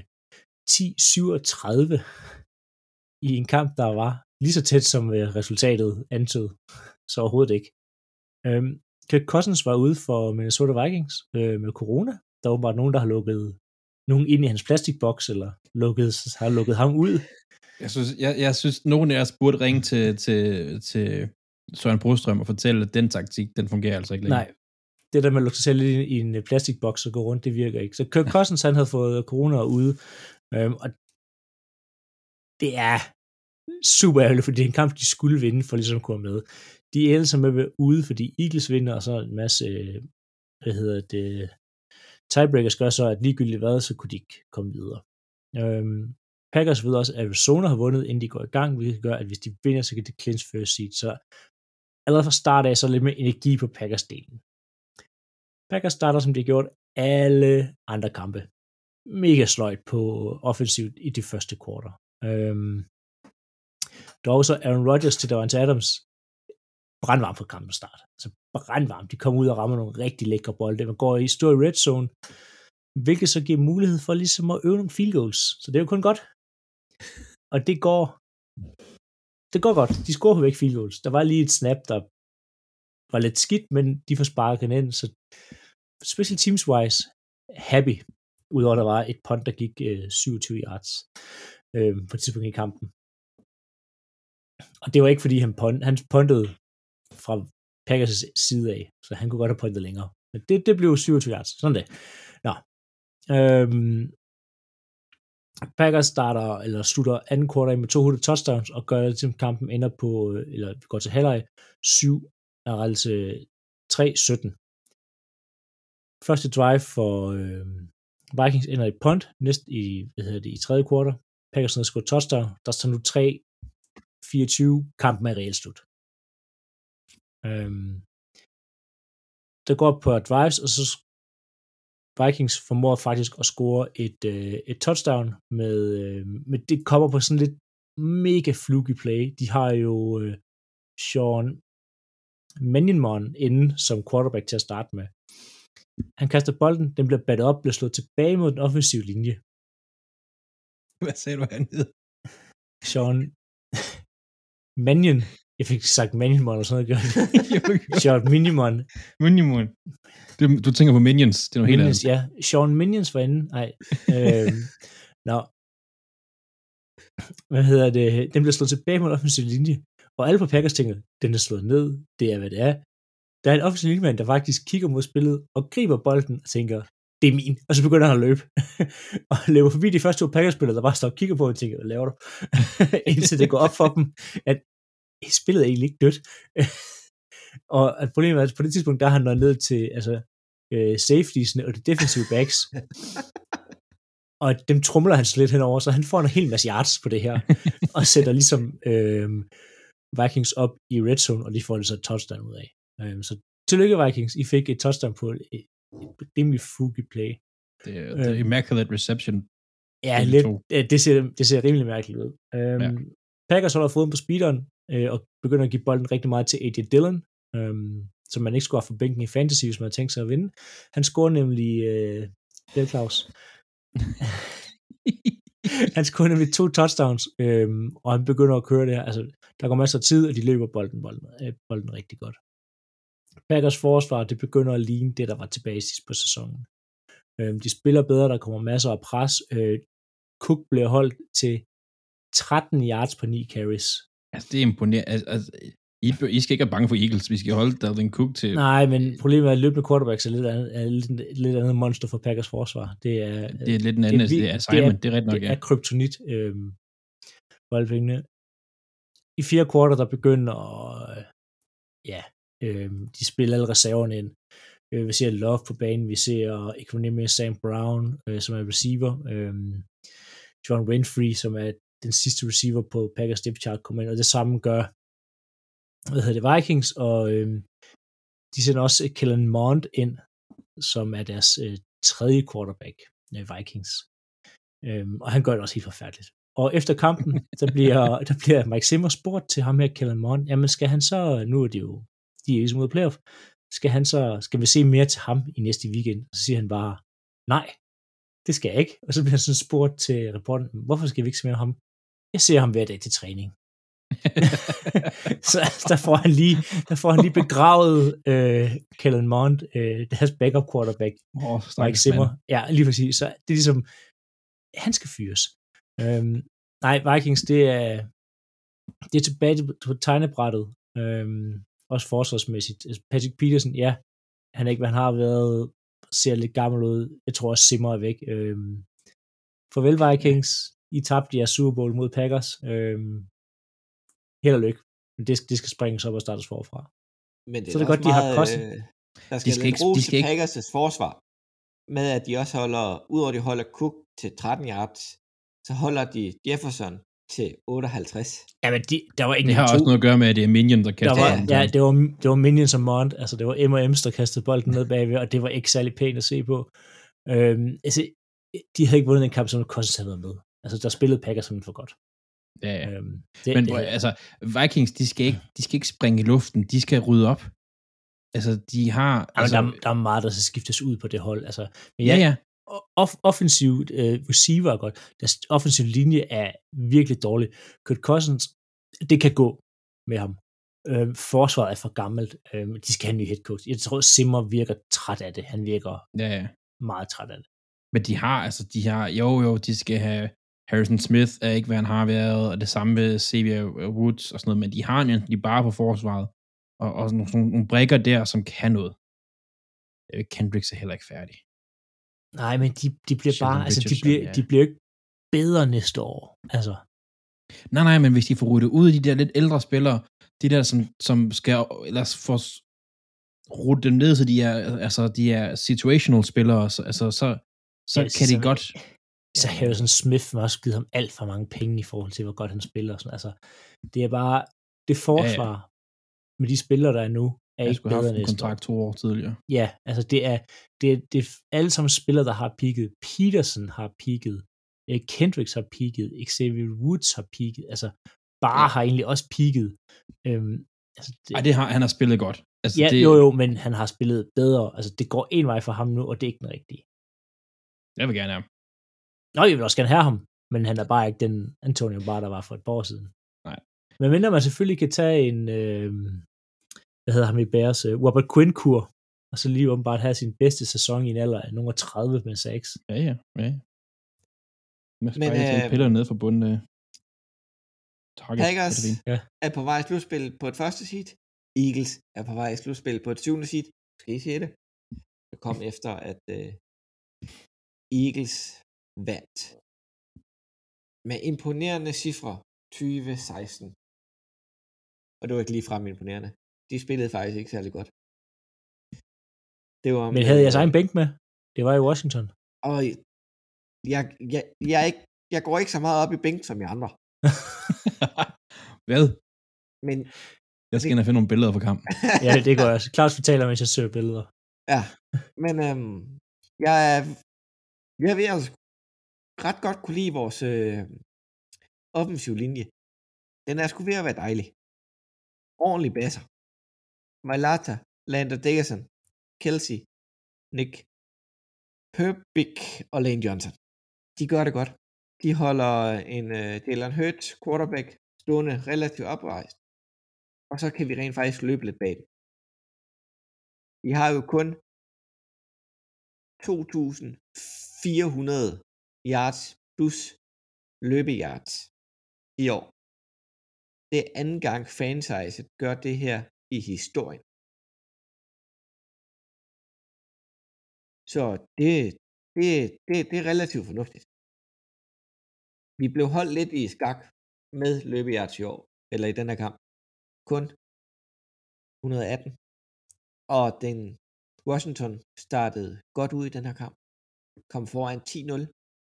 10-37 i en kamp, der var lige så tæt, som resultatet antød. Så overhovedet ikke. Kirk Cousins var ude for Minnesota Vikings med corona. Der var bare nogen, der har lukket nogen ind i hans plastikboks, eller har lukket ham ud. Jeg synes nogen af os burde ringe til Søren Brostrøm og fortælle, at den taktik, den fungerer altså ikke længere. Nej, det der med at lukke sig selv i en plastikboks og gå rundt, det virker ikke. Så Kirk Cousins, han havde fået corona ude, og det er super ærgerligt, fordi det er en kamp, de skulle vinde, for ligesom at komme med. De er ellers med ude, fordi Eagles vinder, og så en masse, tiebreakers gør så, at ligegyldigt hvad, så kunne de ikke komme videre. Packers ved også, at Arizona har vundet, inden de går i gang, hvilket gør, at hvis de vinder, så kan de clinch first seed. Så allerede fra start af, så er lidt mere energi på Packers-delen. Packers starter, som de har gjort alle andre kampe. Mega sløjt på offensivt i det første kvartal. Der var også Aaron Rodgers til Davante Adams. Brandvarm på kampens start. Altså brandvarm. De kommer ud og rammer nogle rigtig lækre bolde. Man går i stor red zone, hvilket så giver mulighed for ligesom at øve nogle field goals. Så det er jo kun godt. Og det går det går godt. De scorer på begge field goals. Der var lige et snap, der var lidt skidt, men de får sparket den ind, så special teams-wise, happy, udover der var et punt, der gik 27 yards på et tidspunkt i kampen. Og det var ikke, fordi han puntede fra Packers' side af, så han kunne godt have puntet længere. Men det blev 27 yards. Sådan det. Nå. Packers slutter anden quarter med 200 touchdowns, og gør det til kampen ender på, eller går til halvleg 7, er altså 3-17. Første drive for Vikings ender i punt, næst i tredje quarter. Packers har skudt touchdown, der står nu 3-24, kampen er reelt slut. Der går på drives, og så Vikings formår faktisk at score et touchdown med det kommer på sådan lidt mega fluky play. De har jo Sean Mannion inde som quarterback til at starte med. Han kaster bolden, den bliver battet op, bliver slået tilbage mod den offensive linje. Hvad sagde du, han hed? Sean Mannion. Jeg fik sagt Mannion eller sådan noget. Sean Minimon. Du tænker på Minions. Det er noget helt andet. Ja. Sean Minions var inde. Nej. Nå. Hvad hedder det? Den bliver slået tilbage mod den offensive linje. Og alle på Packers tænker, den er slået ned. Det er, hvad det er. Der er en offensiv linjemand, der faktisk kigger mod spillet og griber bolden og tænker, det er min. Og så begynder han at løbe. Og løber forbi de første 2 Packers-spillere, der bare står og kigger på og tænker, hvad laver du? Indtil det går op for dem, at spillet er egentlig ikke dødt. Og at problemet er, at på det tidspunkt, der er han nået ned til safetiesne og de defensive backs. Og dem trumler han så lidt henover, så han får en hel masse yards på det her. Og sætter ligesom Vikings op i red zone, og de får det så et touchdown ud af. Så tillykke Vikings, I fik et touchdown på et rimelig fluky play. Det er immaculate reception. Ja, det ser rimelig mærkeligt ud. Packers holder foden på speederen, og begynder at give bolden rigtig meget til A.J. Dillon, som man ikke skulle have for bænken i fantasy, hvis man havde tænkt sig at vinde. Han scorer nemlig Bill Klaus. Han scorer nemlig 2 touchdowns, og han begynder at køre det her. Altså, der går masser af tid, og de løber bolden rigtig godt. Packers forsvar, det begynder at ligne det, der var tilbage sidst på sæsonen. De spiller bedre, der kommer masser af pres. Cook bliver holdt til 13 yards på 9 carries. Altså, det er imponerende. Altså, I skal ikke være bange for Eagles. Vi skal holde Dalvin Cook til... Nej, men problemet er, at løbende quarterbacks er lidt andet monster for Packers forsvar. Det er lidt en anden. Det er Simon, det er ret nok, det er kryptonit for alle pengene. I 4 quarter, der begynder de spiller alle reserverne ind. Vi ser Love på banen, vi ser Equanimous Sam Brown, som er receiver. John Winfrey, som er den sidste receiver på Packers depth chart, kommer ind, og det samme gør Vikings, og de sender også Kellen Mond ind, som er deres tredje quarterback, Vikings. Og han gør det også helt forfærdeligt. Og efter kampen, der bliver Mike Zimmer spurgt til ham her, Kellen Mond, jamen skal han så, nu er det jo, de er ligesom ude af playoff, skal vi se mere til ham i næste weekend? Og så siger han bare, nej, det skal jeg ikke. Og så bliver han sådan spurgt til reporteren, hvorfor skal vi ikke se mere ham? Jeg ser ham hver dag til træning. Så der får han lige begravet Kellen Mond, deres backup quarterback, Mike Zimmer. Ja, lige præcis. Så det er ligesom, han skal fyres. Nej, Vikings, det er tilbage på tegnebrættet. Også forsvarsmæssigt. Patrick Peterson, ja, han er ikke, hvad han har været, ser lidt gammel ud. Jeg tror også Zimmer er væk. Farvel Vikings, I tabte jeres Super Bowl mod Packers. Held og lykke. Men det skal springes op og startes forfra. Men det så det er godt, de har kostet. Der skal lidt ros til Packers' forsvar. Med at de også udover de holder Cook til 13 yards, så holder de Jefferson til 58. Ja, men der var ikke det har også noget at gøre med, at det er Minion, der kaster bolden. Ja, det var Minions og Mond, altså det var M&M's, der kastede bolden ned bagved, og det var ikke særlig pænt at se på. Altså, de havde ikke vundet en kamp, som Cousins havde været med. Altså, der spillede Packers simpelthen for godt. Ja. Men altså, Vikings, de skal ikke springe i luften, de skal rydde op. Altså, de har... Altså, der er meget, der skal skiftes ud på det hold. Altså, men ja. Offensivt receiver er godt. Deres offensiv linje er virkelig dårlig. Kurt Cousins det kan gå med ham. Forsvaret er for gammelt. De skal have en ny head coach. Jeg tror, Zimmer virker træt af det. Han virker meget træt af det. Men de har, de skal have Harrison Smith er ikke, hvad han har været, og det samme med Xavier Woods og sådan noget, men de har de bare på forsvaret, og nogle brækker der, som kan noget. Kendricks er heller ikke færdig. Nej, men de bliver bare, altså de bliver ikke bedre næste år, altså. Nej, men hvis de får ryddet ud af de der lidt ældre spillere, de der, som skal, ellers få ryddet dem ned, så de er situational spillere, så kan de godt. Så Harrison Smith har også givet ham alt for mange penge i forhold til, hvor godt han spiller. Sådan. Altså, det er bare, det forsvar med de spillere, der er nu, er ikke bedre næste år. Kontrakt 2 år tidligere. Ja, altså det er alle sammen spillere, der har peaket. Peterson har peaket. Kendricks har peaket. Xavier Woods har peaket. Altså, har egentlig også peaket. Han har spillet godt. Altså, jo, men han har spillet bedre. Altså, det går en vej for ham nu, og det er ikke den rigtige. Jeg vil gerne have ham. Nå, jeg vil også gerne have ham, men han er bare ikke den Antonio Barr, der var for et par år siden. Nej. Men mindre man selvfølgelig kan tage en, hvad hedder ham i Bears, Robert Quinn-kur, og så lige åbenbart have sin bedste sæson i en alder af nummer 30 med 6. Ja. Men piller ned fra bunden af Packers er på vej i slutspil på et første seed. Eagles er på vej i slutspil på et 7. seed. Skal I se det? Det kom efter, at Eagles vandt med imponerende cifre 2016. Og det var ikke ligefrem imponerende. De spillede faktisk ikke særlig godt. Det var men havde jeres egen bænk med? Det var i Washington. Og jeg går ikke så meget op i bænk som i andre. Hvad? Men jeg skal ind og finde nogle billeder fra kampen. Ja, det går jeg. Claus fortæller, mens jeg søger billeder. Ja, men jeg ved altså ret godt kunne lide vores offensiv linje. Den er sgu ved at være dejlig. Ordentlig basser. Mailata, Lander Dickerson, Kelsey, Nick Herbig og Lane Johnson. De gør det godt. De holder en Jalen Hurts quarterback stående relativt oprejst. Og så kan vi rent faktisk løbe lidt bag dem. Vi har jo kun 2.400 yards plus løbeyards i år. Det er anden gang franchise gør det her i historien. Så det er relativt fornuftigt. Vi blev holdt lidt i skak med løbeyards i år, eller i den her kamp. Kun 118. Og den Washington startede godt ud i den her kamp. Kom foran 10-0.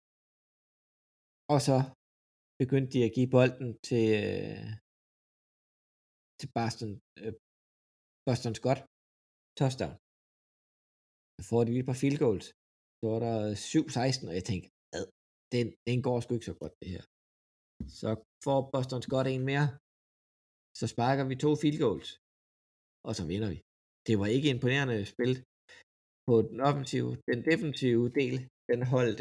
Og så begyndte de at give bolden til Boston Scott. Touchdown. Så får de lige et par field goals. Så var der 7-16, og jeg tænkte, den går sgu ikke så godt, det her. Så får Boston Scott en mere. Så sparker vi 2 field goals. Og så vinder vi. Det var ikke imponerende spil på den offensive. Den defensive del, den holdt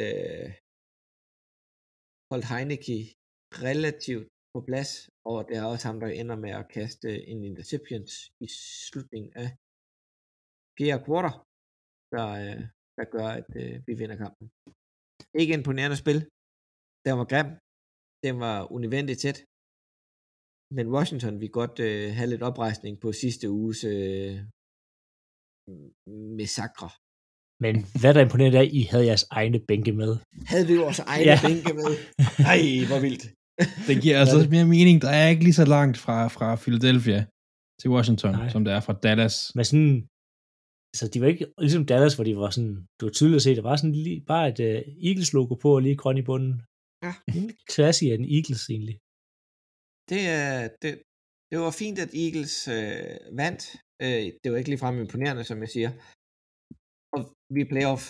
Heineke relativt på plads, og det er også ham, der ender med at kaste en interceptions i slutningen af 4. kvartal, der gør, at vi vinder kampen. Ikke imponerende spil. Den var grim. Den var unødvendigt tæt. Men Washington vil godt have lidt oprejsning på sidste uges massakre. Men hvad der imponerende er, I havde jeres egne bænke med. Havde vi vores egne bænke med? Ej, hvor vildt. Det giver altså mere mening. Der er ikke lige så langt fra Philadelphia til Washington, som det er fra Dallas. Men sådan, altså de var ikke ligesom Dallas, hvor de var sådan, det var tydeligt at se, der var sådan lige, bare et Eagles-logo på, og lige grøn i bunden. Ja. En klasse af en Eagles egentlig. Det var fint, at Eagles vandt. Det var ikke ligefrem imponerende, som jeg siger. Og vi er playoff.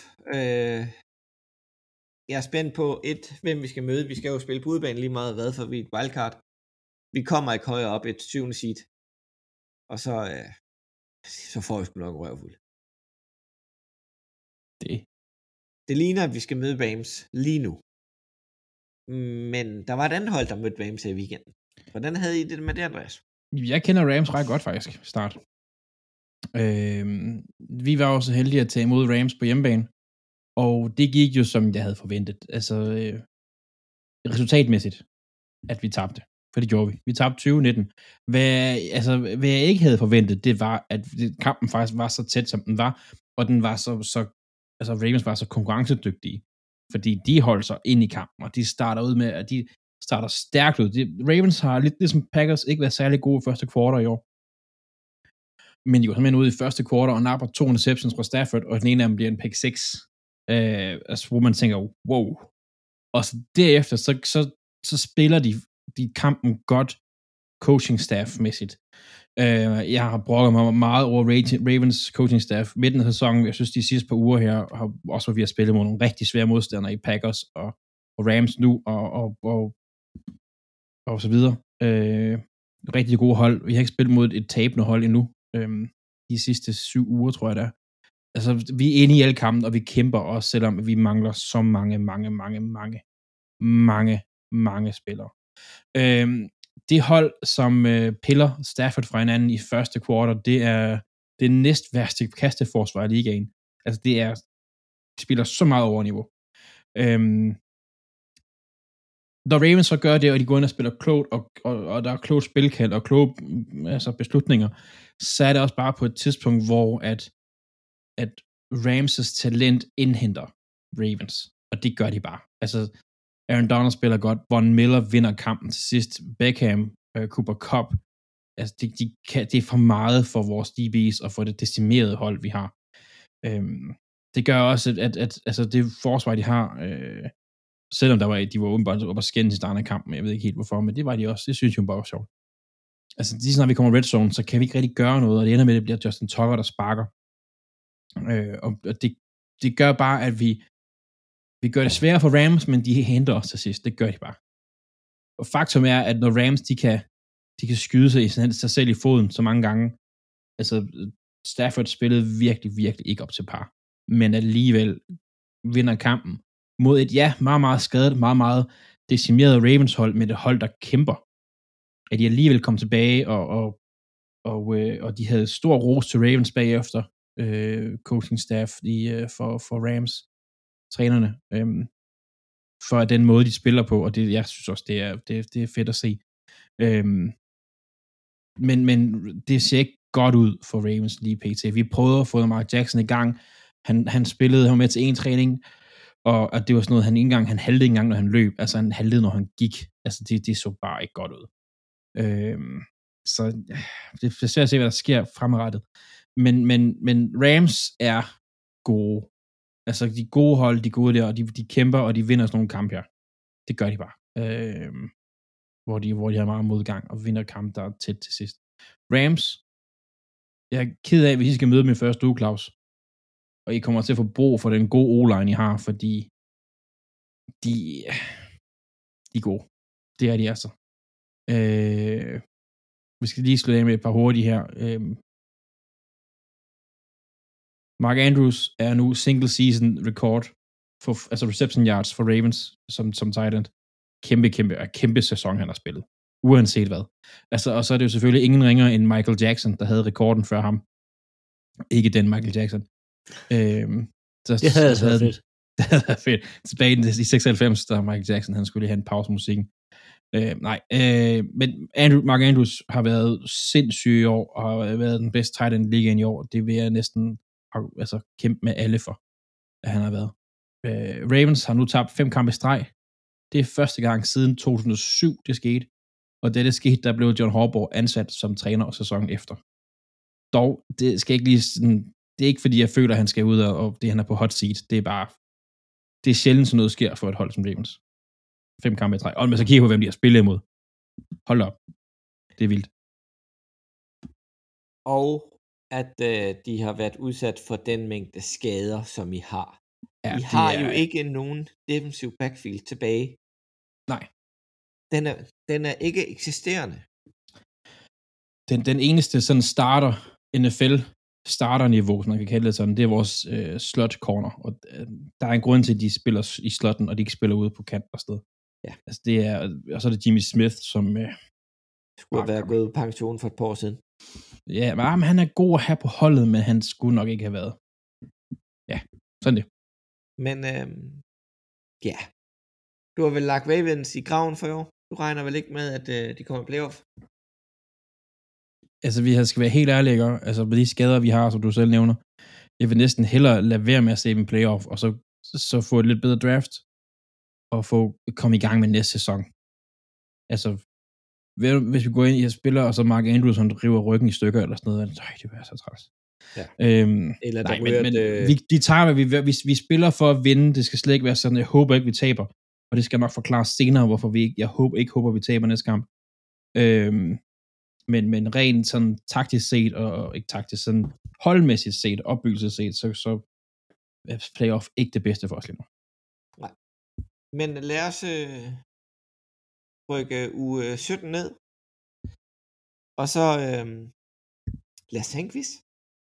Jeg er spændt på hvem vi skal møde. Vi skal jo spille på udebane lige meget hvad, for vi er et wildcard. Vi kommer ikke højere op, et 7. seed. Og så får vi sgu nok røvfuld. Det ligner, at vi skal møde Rams lige nu. Men der var et andet hold, der mødte Rams i weekenden. Hvordan havde I det med det, Andreas? Jeg kender Rams ret godt faktisk, start. Vi var også heldige at tage imod Rams på hjemmebane, og det gik jo, som jeg havde forventet. Altså, resultatmæssigt, at vi tabte. For det gjorde vi. Vi tabte 20-19. Hvad jeg ikke havde forventet, det var, at kampen faktisk var så tæt, som den var, og den var så Ravens var så konkurrencedygtige, fordi de holdt sig ind i kampen, og de starter ud med, at de starter stærkt ud. Ravens har lidt ligesom Packers ikke været særlig gode i første kvartal i år, men de går simpelthen ud i første kvartal og napper 2 interceptions fra Stafford, og den ene af dem bliver en pick 6, hvor man tænker, wow. Og så derefter, så spiller de kampen godt coaching staff-mæssigt. Jeg har brokket mig meget over Ravens coaching staff midten af sæsonen. Jeg synes, de sidste par uger her, også hvor vi har spillet mod nogle rigtig svære modstandere i Packers og Rams nu, og så videre. Rigtig gode hold. Vi har ikke spillet mod et tabende hold endnu. De sidste 7 uger, tror jeg det er. Altså, vi er inde i alle kampen, og vi kæmper også, selvom vi mangler så mange spillere. Det hold, som piller Stafford fra hinanden i første kvartal, det er det næst værste kasteforsvar i ligaen. Altså, de spiller så meget over niveau. Når Ravens så gør det, og de går ind og spiller klogt, og der er klogt spilkald og kloge beslutninger, så er det også bare på et tidspunkt, hvor at Ramses talent indhenter Ravens, og det gør de bare. Altså, Aaron Donald spiller godt, Von Miller vinder kampen til sidst, Beckham, Cooper Kupp, altså det er for meget for vores DB's og for det decimerede hold, vi har. Det gør også, at altså det forsvar, de har, selvom de var åbenbart oppe og skændes i starten af kampen, jeg ved ikke helt hvorfor, men det var de også, det synes jeg bare var sjovt. Altså lige snart vi kommer red zone, så kan vi ikke rigtig gøre noget, og det ender med, at det bliver Justin Tucker, der sparker. Og det gør bare, at vi gør det sværere for Rams, men de henter os til sidst. Det gør de bare. Og faktum er, at når Rams, de kan skyde sig selv i foden så mange gange, altså Stafford spillede virkelig ikke op til par, men alligevel vinder kampen mod et, meget skadet, meget decimeret Ravens hold, med et hold, der kæmper. At de alligevel kom tilbage, og de havde stor ros til Ravens bagefter, coaching staff for Rams, trænerne, for den måde, de spiller på, og det, jeg synes også, det er fedt at se. Men det ser ikke godt ud for Ravens lige pt. Vi prøvede at få Mark Jackson i gang. Han spillede, han var med til en træning, og det var sådan noget, han haltede ikke engang, når han løb. Altså, han haltede, når han gik. Altså, det så bare ikke godt ud. Så det er svært at se, hvad der sker fremadrettet. Men Rams er gode. Altså, de gode hold, de gode der, og de kæmper, og de vinder sådan nogle kampe her. Det gør de bare. Hvor de har meget modgang, og vinder kamp, der er tæt til sidst. Rams, jeg er ked af, hvis I skal møde dem i første uge, Claus. Og I kommer til at få brug for den gode O-line, I har, fordi de er gode. Det er de altså. Vi skal lige slå af med et par hurtige her. Mark Andrews er nu single season record for altså reception yards for Ravens som tight end. Kæmpe sæson, han har spillet. Uanset hvad. Altså, og så er det jo selvfølgelig ingen ringer end Michael Jackson, der havde rekorden før ham. Ikke den Michael Jackson. Det havde været fedt. Det havde været fedt. Tilbage i 96, der Michael Jackson, han skulle lige have en pause musikken. Men Mark Andrews har været sindssyg i år, og har været den bedste tight end i ligaen i år. Det vil jeg næsten kæmpe med alle for, at han har været. Ravens har nu tabt 5 kampe i streg. Det er første gang siden 2007, det skete. Og da det skete, der blev John Harbaugh ansat som træner og sæsonen efter. Dog, det skal ikke lige sådan, det er ikke fordi, jeg føler, at han skal ud, og det han er på hot seat. Det er bare, det er sjældent sådan noget sker for et hold som Ravens. 5 kampe i træk. Og man så kigger på, hvem de har spillet imod. Hold op. Det er vildt. Og at de har været udsat for den mængde skader, som I har. Ja, I har jo ikke nogen defensiv backfield tilbage. Nej. Den er ikke eksisterende. Den eneste sådan starter NFL starterniveau, som man kan kalde det sådan, det er vores slot corner. Og der er en grund til, at de spiller i slotten, og de ikke spiller ude på kant og sted. Ja. Altså det er, og så er det Jimmy Smith, som Skulle have været gået i pension for et par år siden. Ja, men han er god at have på holdet, men han skulle nok ikke have været. Ja, sådan det. Men ja, du har vel lagt Ravens i graven for i år? Du regner vel ikke med, at de kommer i playoff? Altså, vi skal være helt ærlige, ikke? Altså, med de skader, vi har, som du selv nævner, jeg vil næsten hellere lade være med at se dem i playoff, og så få et lidt bedre draft, og komme i gang med næste sæson. Altså, hvis vi går ind i at spiller, og så Mark Andrews, han river ryggen i stykker, eller sådan noget, det vil være så træls. Ja. Eller men de tager, hvad vi spiller for at vinde, det skal slet ikke være sådan, jeg håber ikke, vi taber, og det skal nok forklare senere, hvorfor jeg håber, vi taber næste kamp. Men rent sådan taktisk set, og ikke taktisk, sådan holdmæssigt set, opbyggelses set, så er playoff ikke det bedste for os lige nu. Nej. Men lad os rykke uge 17 ned, og så lad os have en quiz.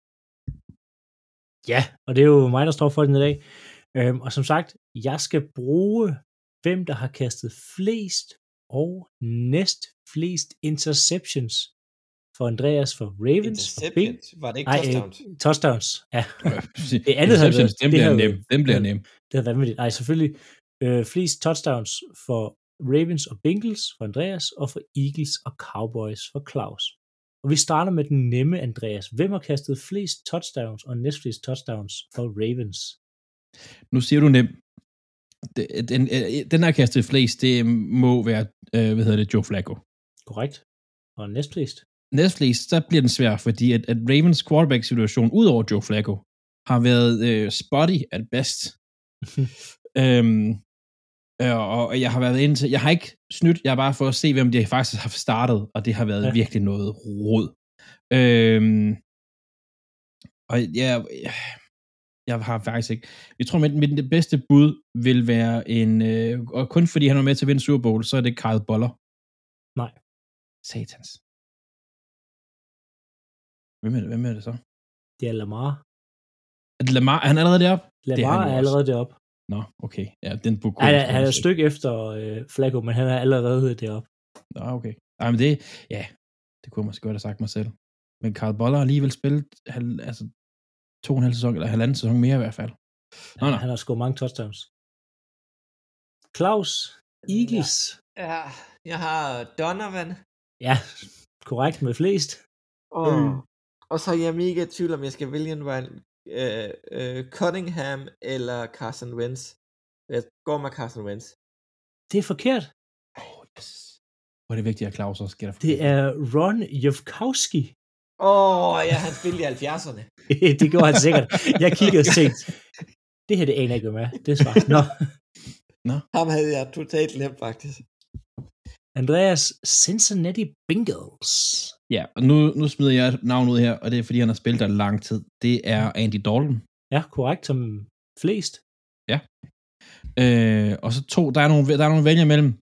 Ja, og det er jo mig, der står for den i dag. Og som sagt, jeg skal bruge, hvem der har kastet flest og næst flest interceptions for Andreas for Ravens. Interceptions? Var det ikke touchdowns? Touchdowns, ja. Det andet havde været, dem bliver nem. Det havde vanvittigt. Nej, selvfølgelig flest touchdowns for Ravens og Bengals for Andreas, og for Eagles og Cowboys for Claus. Og vi starter med den nemme, Andreas. Hvem har kastet flest touchdowns og næstflest touchdowns for Ravens? Nu siger du nem. Den har kastet flest, det må være, Joe Flacco. Korrekt. Og næstflest? Næstflest, så bliver den svær, fordi at Ravens quarterback-situation, ud over Joe Flacco, har været spotty at best. Og jeg har været inde til, jeg har ikke snydt, jeg har bare for at se, hvem de faktisk har startet, og det har været virkelig noget rod. Og jeg har faktisk ikke, jeg tror, mit det bedste bud vil være og kun fordi han var med til at vinde Super Bowl, så er det Kyle Boller. Nej. Satans. Hvem er det så? Det er Lamar. Er det Lamar? Er han allerede deroppe? Lamar er allerede deroppe. Nå, okay. Ja, den han er et stykke efter Flacco, men han er allerede deroppe. Nå, okay. Ej, men det kunne jeg måske godt have sagt mig selv. Men Kyle Boller har alligevel spillet 2,5 sæson, eller 1,5 sæson mere i hvert fald. Nå. Han har scoret mange touchdowns. Claus, Eagles. Ja, jeg har Donovan. Ja, korrekt med flest. Og så er jeg mega i tvivl, om jeg skal vælge en Cunningham eller Carson Wentz. Jeg går med Carson Wentz. Det er forkert. Yes. Hvor er det vigtigt, at Claus også gætter forkert. Det er Ron Jovkowski. Ja, han spillede i 70'erne. Det gjorde han sikkert. Jeg kiggede og tænkte, det her det aner jeg ikke med. Det er svaret. Nå. Ham havde jeg totalt glemt, faktisk. Andreas, Cincinnati Bengals. Ja, og nu smider jeg navnet ud her, og det er, fordi han har spillet der lang tid. Det er Andy Dalton. Ja, korrekt, som flest. Ja. Og så der er nogle vælger imellem.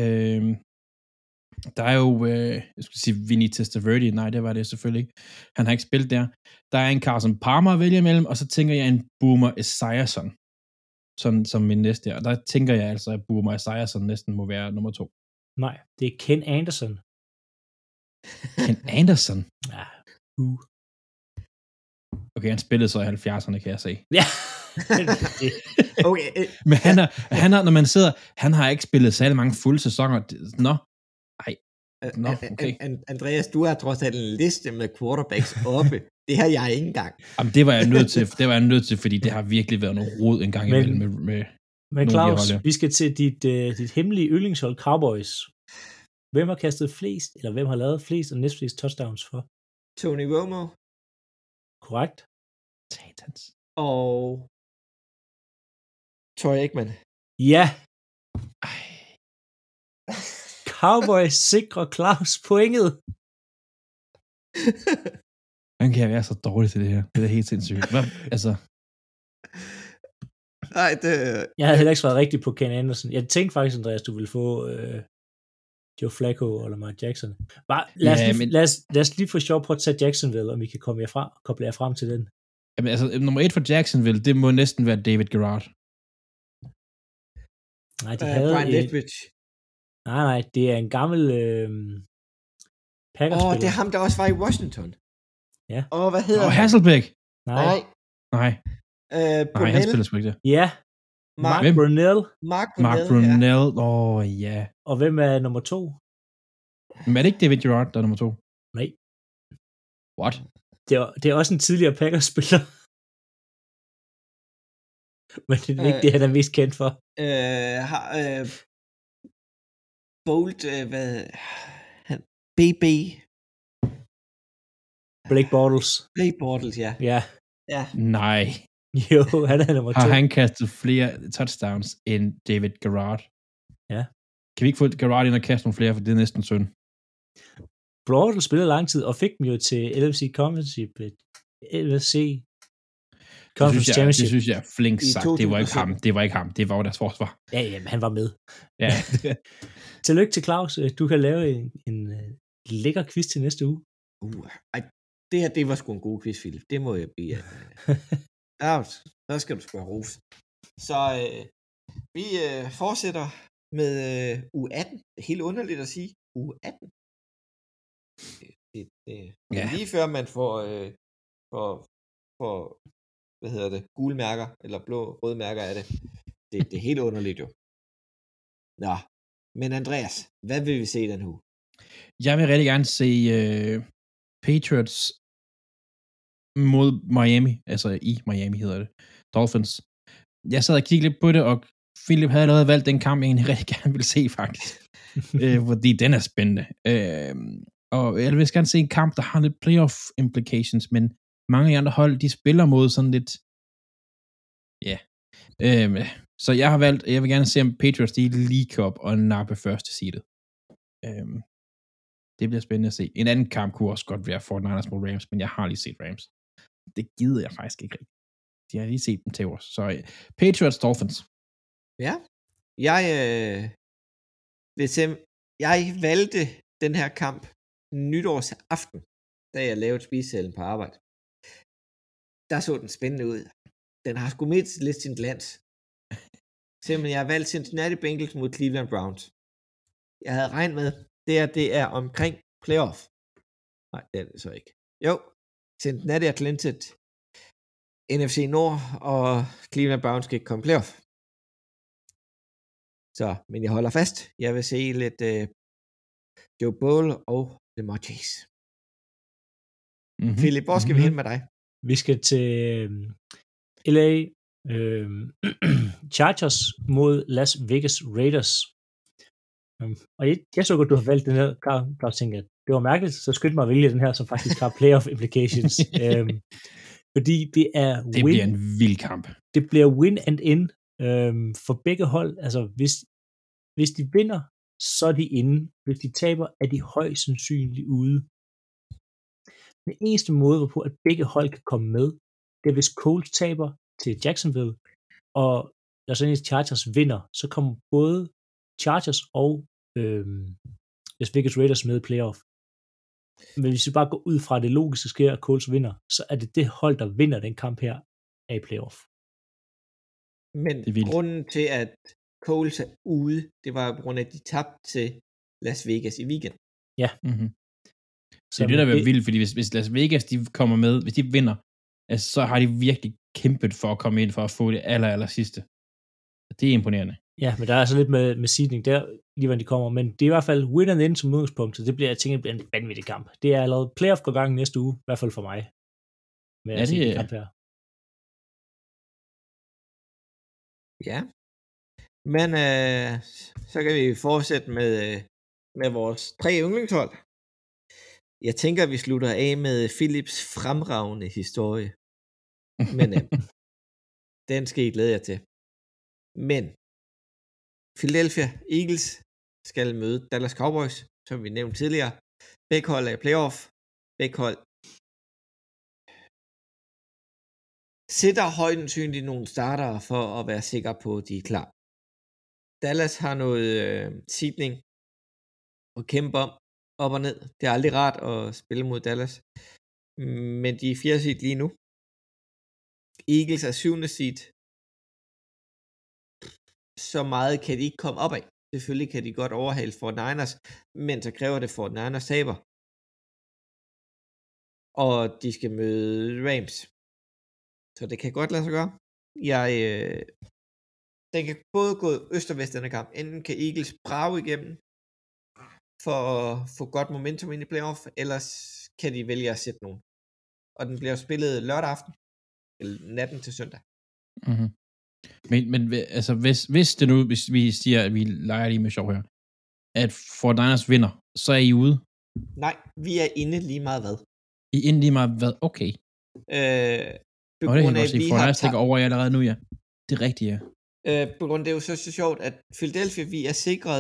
Der er jo, jeg skulle sige Vinny Testaverde. Nej, det var det selvfølgelig ikke. Han har ikke spillet der. Der er en Carson Palmer at vælge imellem, og så tænker jeg en Boomer Esiason. Sådan som min næste her. Og der tænker jeg altså, at Boomer Esiason næsten må være nummer 2. Nej, det er Ken Anderson. Ken Anderson? Ja. Okay, han spillede så i 70'erne, kan jeg se. Ja. Okay. Men han har, når man sidder, han har ikke spillet særlig mange fulde sæsoner. Okay. Andreas, du har trods alt en liste med quarterbacks oppe. Det har jeg ikke engang. Jamen, det var jeg nødt til, fordi det har virkelig været noget rod en gang imellem med men Claus, vi skal til dit hemmelige yndlingshold Cowboys. Hvem har kastet flest, eller hvem har lavet flest og næstflest touchdowns for? Tony Romo. Korrekt. Satans. Og Troy Aikman. Ja. Cowboys sikrer Claus pointet. Hvordan kan jeg være så dårlig til det her? Det er helt sindssygt. Altså. Nej, Jeg havde heller ikke svaret rigtigt på Ken Anderson. Jeg tænkte faktisk, Andreas, du ville få Joe Flacco eller Lamar Jackson. Lad os lige få sjov på at tage Jacksonville, om vi kan koble jer frem til den. Jamen, altså, nummer 1 for Jacksonville, det må næsten være David Garrard. Nej, de havde Brian Leftwich. Nej, det er en gammel Packers-spiller. det er ham, der også var i Washington. Ja. Hvad hedder han? Hasselbeck. Nej. Nej, nej, han Brunell. spiller sgu ikke det. Ja. Mark Hvem? Brunell. Mark Mark Brunell. Brunell. Ja. Og hvem er nummer 2? Men er det ikke David Gerard, der er nummer 2? Nej. What? Det er også en tidligere Packers-spiller. Men det er ikke det, han er mest kendt for. Bolt, BB. Blake Bortles. Blake Bortles, ja. Ja. Nej. Jo, han er nummer 2. Har han kastet flere touchdowns end David Gerard? Ja. Kan vi ikke få Gerard ind og kaste nogle flere, for det er næsten synd. Bortles spillede lang tid, og fik dem jo til LFC Championship. LFC Conference Championship. Det synes jeg er flink I sagt. 2007. Det var ikke ham. Det var jo deres forsvar. Ja, men han var med. Ja. Tillykke til Claus. Du kan lave en lækker quiz til næste uge. Det var sgu en god quiz, Philip. Det må jeg blive. Så skal du sgu have ros. Så vi fortsætter med uge 18. Det er helt underligt at sige. Uge 18. Det er lige før man får gule mærker, eller blå, røde mærker af det. Det er helt underligt jo. Nå, men Andreas, hvad vil vi se den uge? Jeg vil rigtig gerne se Patriots mod Miami, altså i Miami hedder det, Dolphins. Jeg sad og kiggede lidt på det, og Philip havde allerede valgt den kamp, jeg egentlig rigtig gerne ville se faktisk, fordi den er spændende. Og jeg vil gerne se en kamp, der har lidt playoff implications, men mange af de andre hold, de spiller mod sådan lidt, ja. Så jeg har valgt, jeg vil gerne se, om Patriots, de leak op og nappe første seedet. Det bliver spændende at se. En anden kamp kunne også godt være 49ers mod Rams, men jeg har lige set Rams. Det gider jeg faktisk ikke rigtig. Jeg har lige set dem til os. Så Patriots Dolphins. Ja, jeg valgte den her kamp nytårsaften, da jeg lavede spisesedlen på arbejde. Der så den spændende ud. Den har sgu mindst lidt sin glans. Simpelthen, jeg har valgt Cincinnati Bengals mod Cleveland Browns. Jeg havde regnet med, det er omkring playoff. Nej, det er det så ikke. Jo, Cincinnati er glintet NFC Nord, og Cleveland Browns skal ikke komme playoff. Så, men jeg holder fast. Jeg vil se lidt Joe Burrow og Lamar Chase. Mm-hmm. Philip, hvor skal vi hen med dig? Vi skal til LA Chargers mod Las Vegas Raiders. Og jeg så godt, du har valgt den her kamp, og tænkte, at det var mærkeligt, så skyndte mig at vælge den her, som faktisk har playoff implications. Fordi det bliver en vild kamp. Det bliver win and in for begge hold. Altså, hvis de vinder, så er de inde. Hvis de taber, er de højst sandsynligt ude. Den eneste måde, hvorpå at begge hold kan komme med, det er, hvis Colts taber til Jacksonville, og Los Angeles Chargers vinder, så kommer både Chargers og Las Vegas Raiders med i playoff. Men hvis vi bare går ud fra det logiske sker, at Colts vinder, så er det hold, der vinder den kamp her, af i playoff. Men grunden til, at Colts er ude, det var på grund af, at de tabte til Las Vegas i weekend. Ja. Mm-hmm. Så det der vil vildt, fordi hvis Las Vegas de kommer med, hvis de vinder, altså, så har de virkelig kæmpet for at komme ind for at få det aller sidste. Det er imponerende. Ja, men der er så lidt med seeding der, lige hvordan de kommer, men det er i hvert fald win and in som udgangspunkt, så det bliver, jeg tænker, det bliver en vanvittig kamp. Det er allerede playoff går gang næste uge, i hvert fald for mig. Med at se den kamp her. Ja. Men så kan vi fortsætte med vores 3 yndlingshold. Jeg tænker, at vi slutter af med Philips fremragende historie. Men den skal I glæde jer til. Men Philadelphia Eagles skal møde Dallas Cowboys, som vi nævnte tidligere. Begge hold er i playoff. Begge hold sætter højst sandsynligt nogle startere for at være sikker på, at de er klar. Dallas har noget seedning at kæmpe om, op og ned. Det er aldrig rart at spille mod Dallas. Men de er 4. seed lige nu. Eagles er 7. seed. Så meget kan de ikke komme op af. Selvfølgelig kan de godt overhale Fort Niners, men så kræver det, Fort Niners taber. Og de skal møde Rams. Så det kan godt lade sig gøre. Den kan både gå øst og vest denne kamp. Enten kan Eagles brage igennem for at få godt momentum ind i playoff, ellers kan de vælge at sætte nogen. Og den bliver spillet lørdag aften, eller natten til søndag. Mm-hmm. Men altså, hvis vi siger, at vi leger lige med sjov her, at 49ers vinder, så er I ude? Nej, vi er inde lige meget hvad. I er inde lige meget hvad? Okay. På grund af, at vi har tabt over jer allerede nu, ja. Det er rigtigt, ja. På grund af, det er jo så sjovt, at Philadelphia, vi er sikret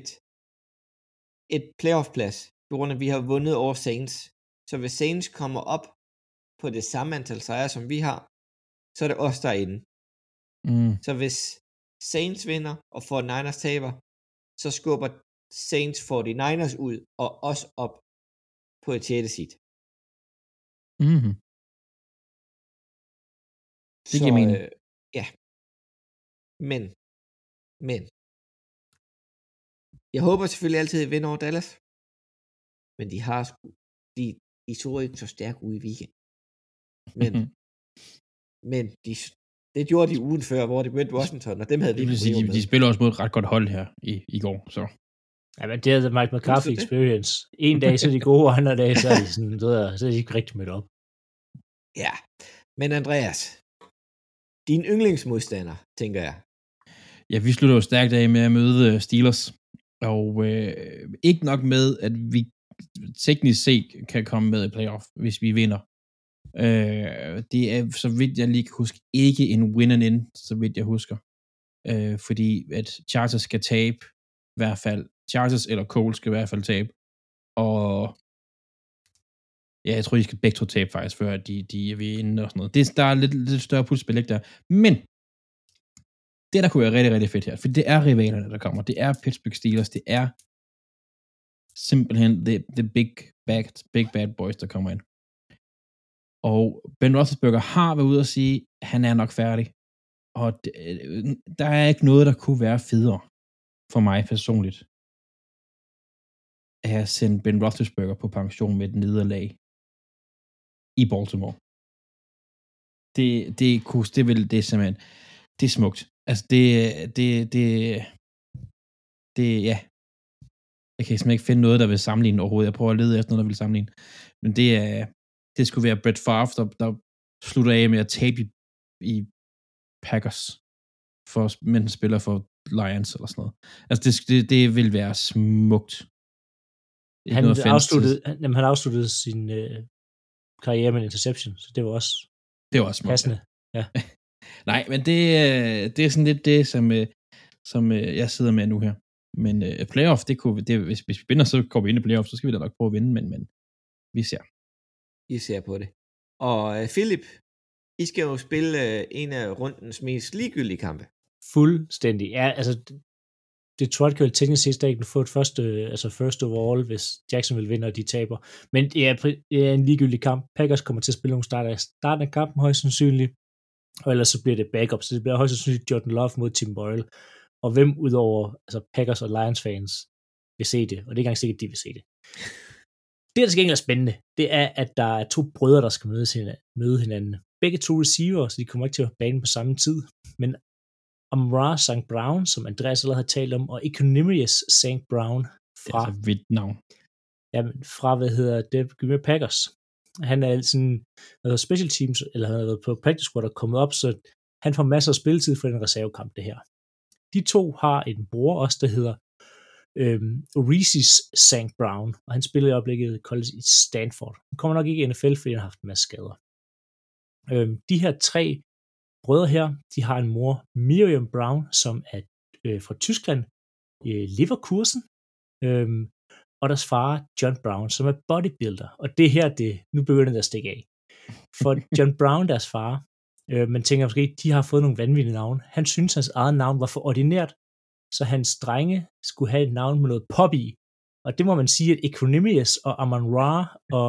et playoff-plads, på grund af, at vi har vundet over Saints. Så hvis Saints kommer op på det samme antal sejre, som vi har, så er det os, der er inde. Så hvis Saints vinder, og 49ers taber, så skubber Saints 49ers ud, og os op på et 6. seed. Mm-hmm. Det giver mening. Ja. Men. Jeg håber selvfølgelig altid, at vinder over Dallas. Men de har de så ikke så stærkt ud i weekend. Men det gjorde de ugen før, hvor de mødte Washington, og dem havde vi de spiller også mod et ret godt hold her i går, så. Ja, men det er the Mike McCarthy experience. En dag så er de gode, og andre dag så er de sådan, så er de ikke rigtig mødt op. Ja, men Andreas, din yndlingsmodstander, tænker jeg. Ja, vi slutter jo stærkt af med at møde Steelers, og ikke nok med, at vi teknisk set kan komme med i playoff, hvis vi vinder. Det er, så vidt jeg lige kan huske, ikke en win and in, så vidt jeg husker. Fordi at Chargers skal tabe, i hvert fald. Chargers eller Colts skal i hvert fald tabe. Og ja, jeg tror, de skal begge to tabe faktisk, før de er ved inde og sådan noget. Der er lidt større puslespil der. Men det, der kunne være rigtig, rigtig fedt her, for det er rivalerne, der kommer. Det er Pittsburgh Steelers. Det er simpelthen the big bad boys, der kommer ind. Og Ben Roethlisberger har været ude at sige, at han er nok færdig. Og der er ikke noget, der kunne være federe for mig personligt, at have sendt Ben Roethlisberger på pension med et nederlag i Baltimore. Det er simpelthen, det er smukt. Altså ja. Jeg kan simpelthen ikke finde noget, der vil sammenligne overhovedet. Jeg prøver at lede efter noget, der vil sammenligne. Men det skulle være Brett Favre, der slutter af med at tabe i Packers, men han spiller for Lions eller sådan noget. Altså det vil være smukt. Han afsluttede sin karriere med en interception, så det var også smukt. Passende. Ja. Nej, men det er sådan lidt det, som jeg sidder med nu her. Men playoff, hvis vi vinder, så kommer vi ind i playoff, så skal vi da nok prøve at vinde, men vi ser. I ser på det. Og Philip, I skal jo spille en af rundens mest ligegyldige kampe. Fuldstændig. Ja, altså Detroit kan jo teknisk set ikke få et first overall, hvis Jacksonville vinder, og de taber. Men det er en ligegyldig kamp. Packers kommer til at spille nogle starten af kampen højst sandsynligt, og ellers så bliver det backup, så det bliver højst sandsynligt Jordan Love mod Tim Boyle. Og hvem udover Packers og Lions fans vil se det, og det er ikke engang sikkert, de vil se det. Det, der skal ikke være spændende, det er, at der er to brødre, der skal møde hinanden. Begge to receiver, så de kommer ikke til at banen på samme tid. Men Amon-Ra St. Brown, som Andreas allerede har talt om, og Equanimeous St. Brown fra... Det er så vidt navn. Jamen, fra, Green Bay Packers. Han er sådan, special teams, eller han har været på practice squad og kommet op, så han får masser af spilletid for den reservekamp, det her. De to har en bror også, der hedder Oresis St. Brown, og han spiller i øjeblikket college i Stanford. Han kommer nok ikke i NFL, fordi han har haft en masse skader. De her tre brødre her, de har en mor, Miriam Brown, som er fra Tyskland, Leverkusen, og deres far, John Brown, som er bodybuilder. Og det her, nu begynder det at stikke af. For John Brown, deres far, man tænker måske, de har fået nogle vanvittige navne. Han synes, hans eget navn var for ordinært, så hans drenge skulle have et navn med noget pop i. Og det må man sige, at Equanimeous og Amon-Ra og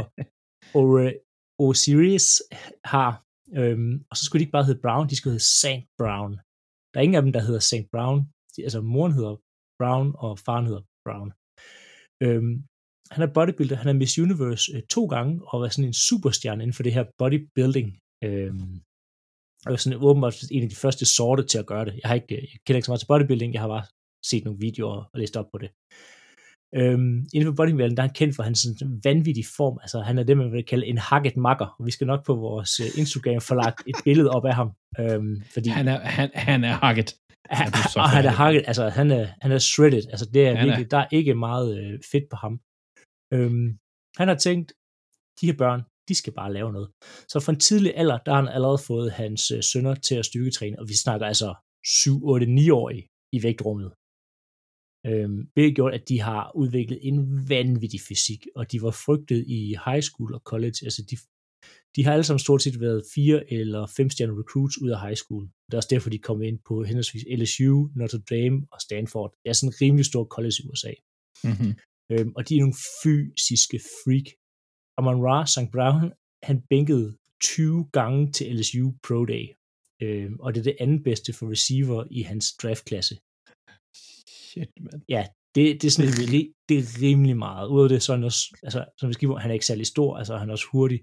Osiris har. Og så skulle de ikke bare hedde Brown, de skulle hedde St. Brown. Der er ingen af dem, der hedder St. Brown. Altså moren hedder Brown, og faren hedder Brown. Han er bodybuilder, han er Miss Universe 2 gange, og er sådan en superstjerne inden for det her bodybuilding. Og er sådan åbenbart en af de første sorte til at gøre det. Jeg kender ikke så meget til bodybuilding, jeg har bare set nogle videoer og læst op på det. Inden for bodybuilding, der er han kendt for hans sådan vanvittig form. Altså, han er det, man vil kalde en hakket makker. Og vi skal nok på vores Instagram få lagt et billede op af ham. Fordi han er hakket. Og han er hakket, altså han er shredded. Altså, det er virkelig, der er ikke meget fedt på ham. Han har tænkt, de her børn, de skal bare lave noget. Så fra en tidlig alder, der har han allerede fået hans sønner til at styrketræne, og vi snakker altså 7, 8, 9-årige i vægtrummet. Hvilket gjort, at de har udviklet en vanvittig fysik, og de var frygtet i high school og college. Altså de har alle sammen stort set været 4 eller 5 stjerne recruits ud af high school. Det er også derfor, de kom ind på henholdsvis LSU, Notre Dame og Stanford. Det er sådan en rimelig stor college i USA. Mm-hmm. Og de er nogle fysiske freak. Amon-Ra St. Brown, han bænkede 20 gange til LSU Pro Day. Og det er det anden bedste for receiver i hans draftklasse. Shit, man. Ja, det er sådan det er rimelig meget. Udover det, så er han også, altså, som vi skriver, han er ikke særlig stor, altså han er også hurtig.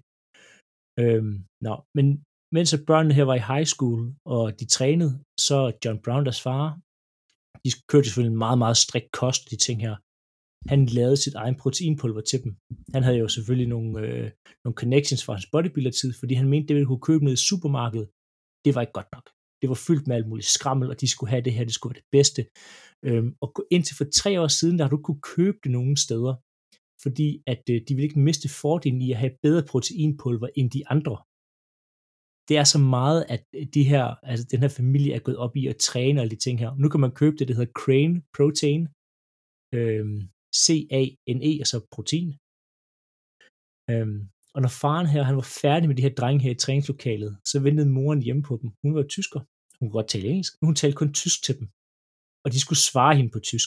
Men mens børnene her var i high school, og de trænede, så John Brown, deres far, de kørte selvfølgelig en meget, meget strikt kost, de ting her. Han lavede sit egen proteinpulver til dem. Han havde jo selvfølgelig nogle connections fra hans bodybuilder-tid, fordi han mente, det ville kunne købe ned i supermarkedet. Det var ikke godt nok. Det var fyldt med alt muligt skrammel, og de skulle have det her, det skulle være det bedste. Og indtil for 3 år siden, der har du kunne købe det nogle steder, fordi at de ville ikke miste fordelen i at have bedre proteinpulver end de andre. Det er så meget, at den her familie er gået op i at træne alle de ting her. Nu kan man købe det, der hedder Crane Protein, CANE, altså protein. Og når faren her, han var færdig med de her drenge her i træningslokalet, så ventede moren hjemme på dem. Hun var tysker. Hun kunne godt tale engelsk, men hun talte kun tysk til dem. Og de skulle svare hende på tysk.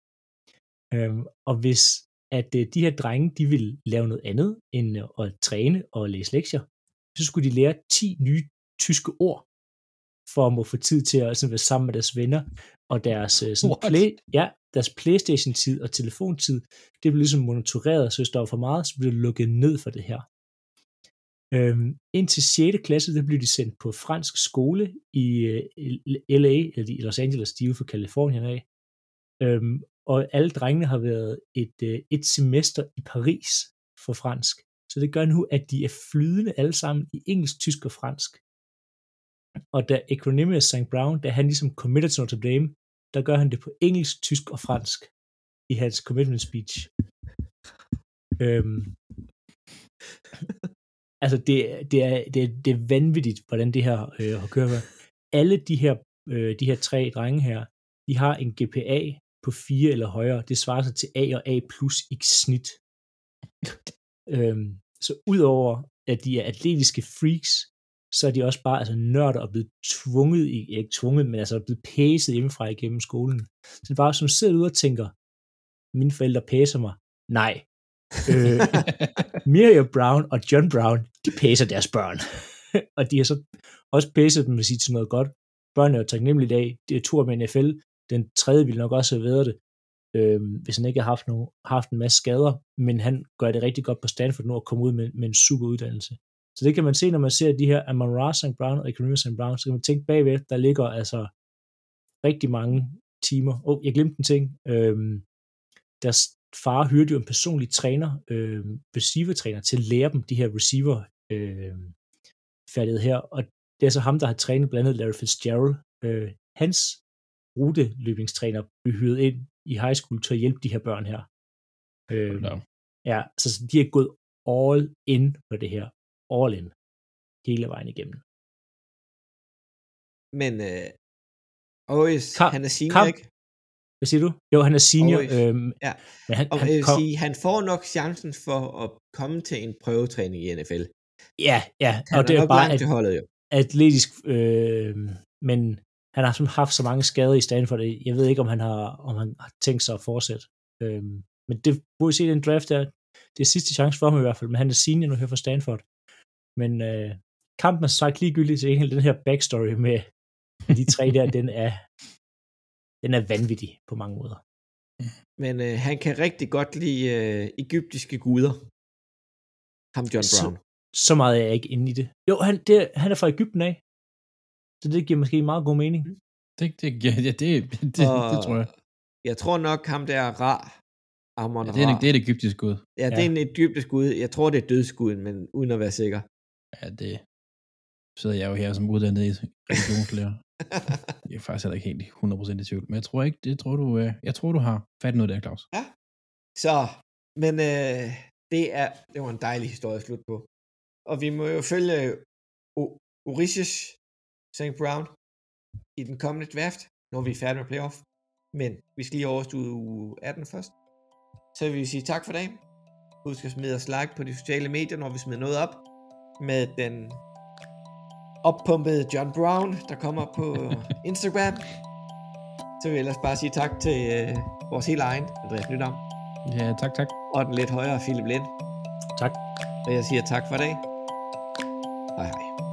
Og hvis at de her drenge, de ville lave noget andet end at træne og læse lektier, så skulle de lære 10 nye tyske ord, for at må få tid til at være sammen med deres venner, og deres deres PlayStation-tid og telefontid, det blev ligesom monitoreret, så hvis der var for meget, så blev det lukket ned for det her. Indtil 6. klasse, der blev de sendt på fransk skole i LA, eller i Los Angeles, de er fra Californien af. Og alle drengene har været et semester i Paris for fransk. Så det gør nu, at de er flydende alle sammen i engelsk, tysk og fransk. Og da Equanimous St. Brown, da han ligesom committed til Notre Dame, der gør han det på engelsk, tysk og fransk i hans commitment speech. Altså det er vanvittigt, hvordan det her har kørt. Alle de her 3 drenge her, de har en GPA på 4 eller højere. Det svarer sig til A og A plus i snit. Så udover at de er atletiske freaks, så er de også bare nørder og blevet tvunget, ikke tvunget, men altså blevet pæset hjemmefra igennem skolen. Så det er bare, som sidder ude og tænker, mine forældre pæser mig. Nej. Miriam Brown og John Brown, de pæser deres børn. Og de har så også pæset dem, hvis I til noget godt. Børnene er jo taknemmelige i dag. Det er tur med NFL. Den 3. ville nok også have været det, hvis han ikke har haft en masse skader. Men han gør det rigtig godt på Stanford nu og kommer ud med en super uddannelse. Så det kan man se, når man ser de her Amon-Ra St. Brown og Equanimous St. Brown, så kan man tænke bagved, der ligger altså rigtig mange timer. Jeg glemte en ting. Deres far hørte jo en personlig træner, receiver-træner, til at lære dem de her receiver færdighed her, og det er så ham, der har trænet blandt andet Larry Fitzgerald. Hans ruteløbningstræner blev hyret ind i high school til at hjælpe de her børn her. Ja, så de er gået all in på det her. All in. Hele vejen igennem. Men han er senior, ikke? Hvad siger du? Jo, han er senior. Ja. Men han får nok chancen for at komme til en prøvetræning i NFL. Ja. Han og det er bare holdet, jo. Atletisk, men han har haft så mange skader i Stanford. Jeg ved ikke, om han har tænkt sig at fortsætte. Men det burde se den draft der. Det er sidste chance for ham i hvert fald, men han er senior nu her for Stanford. Men kampen er sagt ligegyldigt til hele den her backstory med de 3 der, den er vanvittig på mange måder. Men han kan rigtig godt lide egyptiske guder. Ham John Brown. Så meget er jeg ikke inde i det. Jo, han er fra Egypten af. Så det giver måske meget god mening. Det tror jeg. Jeg tror nok, ham der Ra, Amon Ra. Det er et egyptisk gud. Ja, det er en egyptisk gud. Jeg tror, det er dødsguden, men uden at være sikker. Ja, det sidder jeg jo her som uddannet i religionslærer. Jeg er faktisk heller ikke helt 100% i tvivl. Men jeg tror, du har fat noget der, Claus. Ja. Så, men det var en dejlig historie at slutte på. Og vi må jo følge Orisius St. Brown i den kommende draft, når vi er færdige med playoff. Men vi skal lige overstå uge 18 først. Så vil vi sige tak for dagen. Husk at smide os like på de sociale medier, når vi smider noget op. Med den oppumpede John Brown, der kommer på Instagram. Så vil jeg ellers bare sige tak til vores helt egen Andreas Nydam. Ja, tak. Og den lidt højere Philip Lind. Tak. Og jeg siger tak for i dag. Hej hej.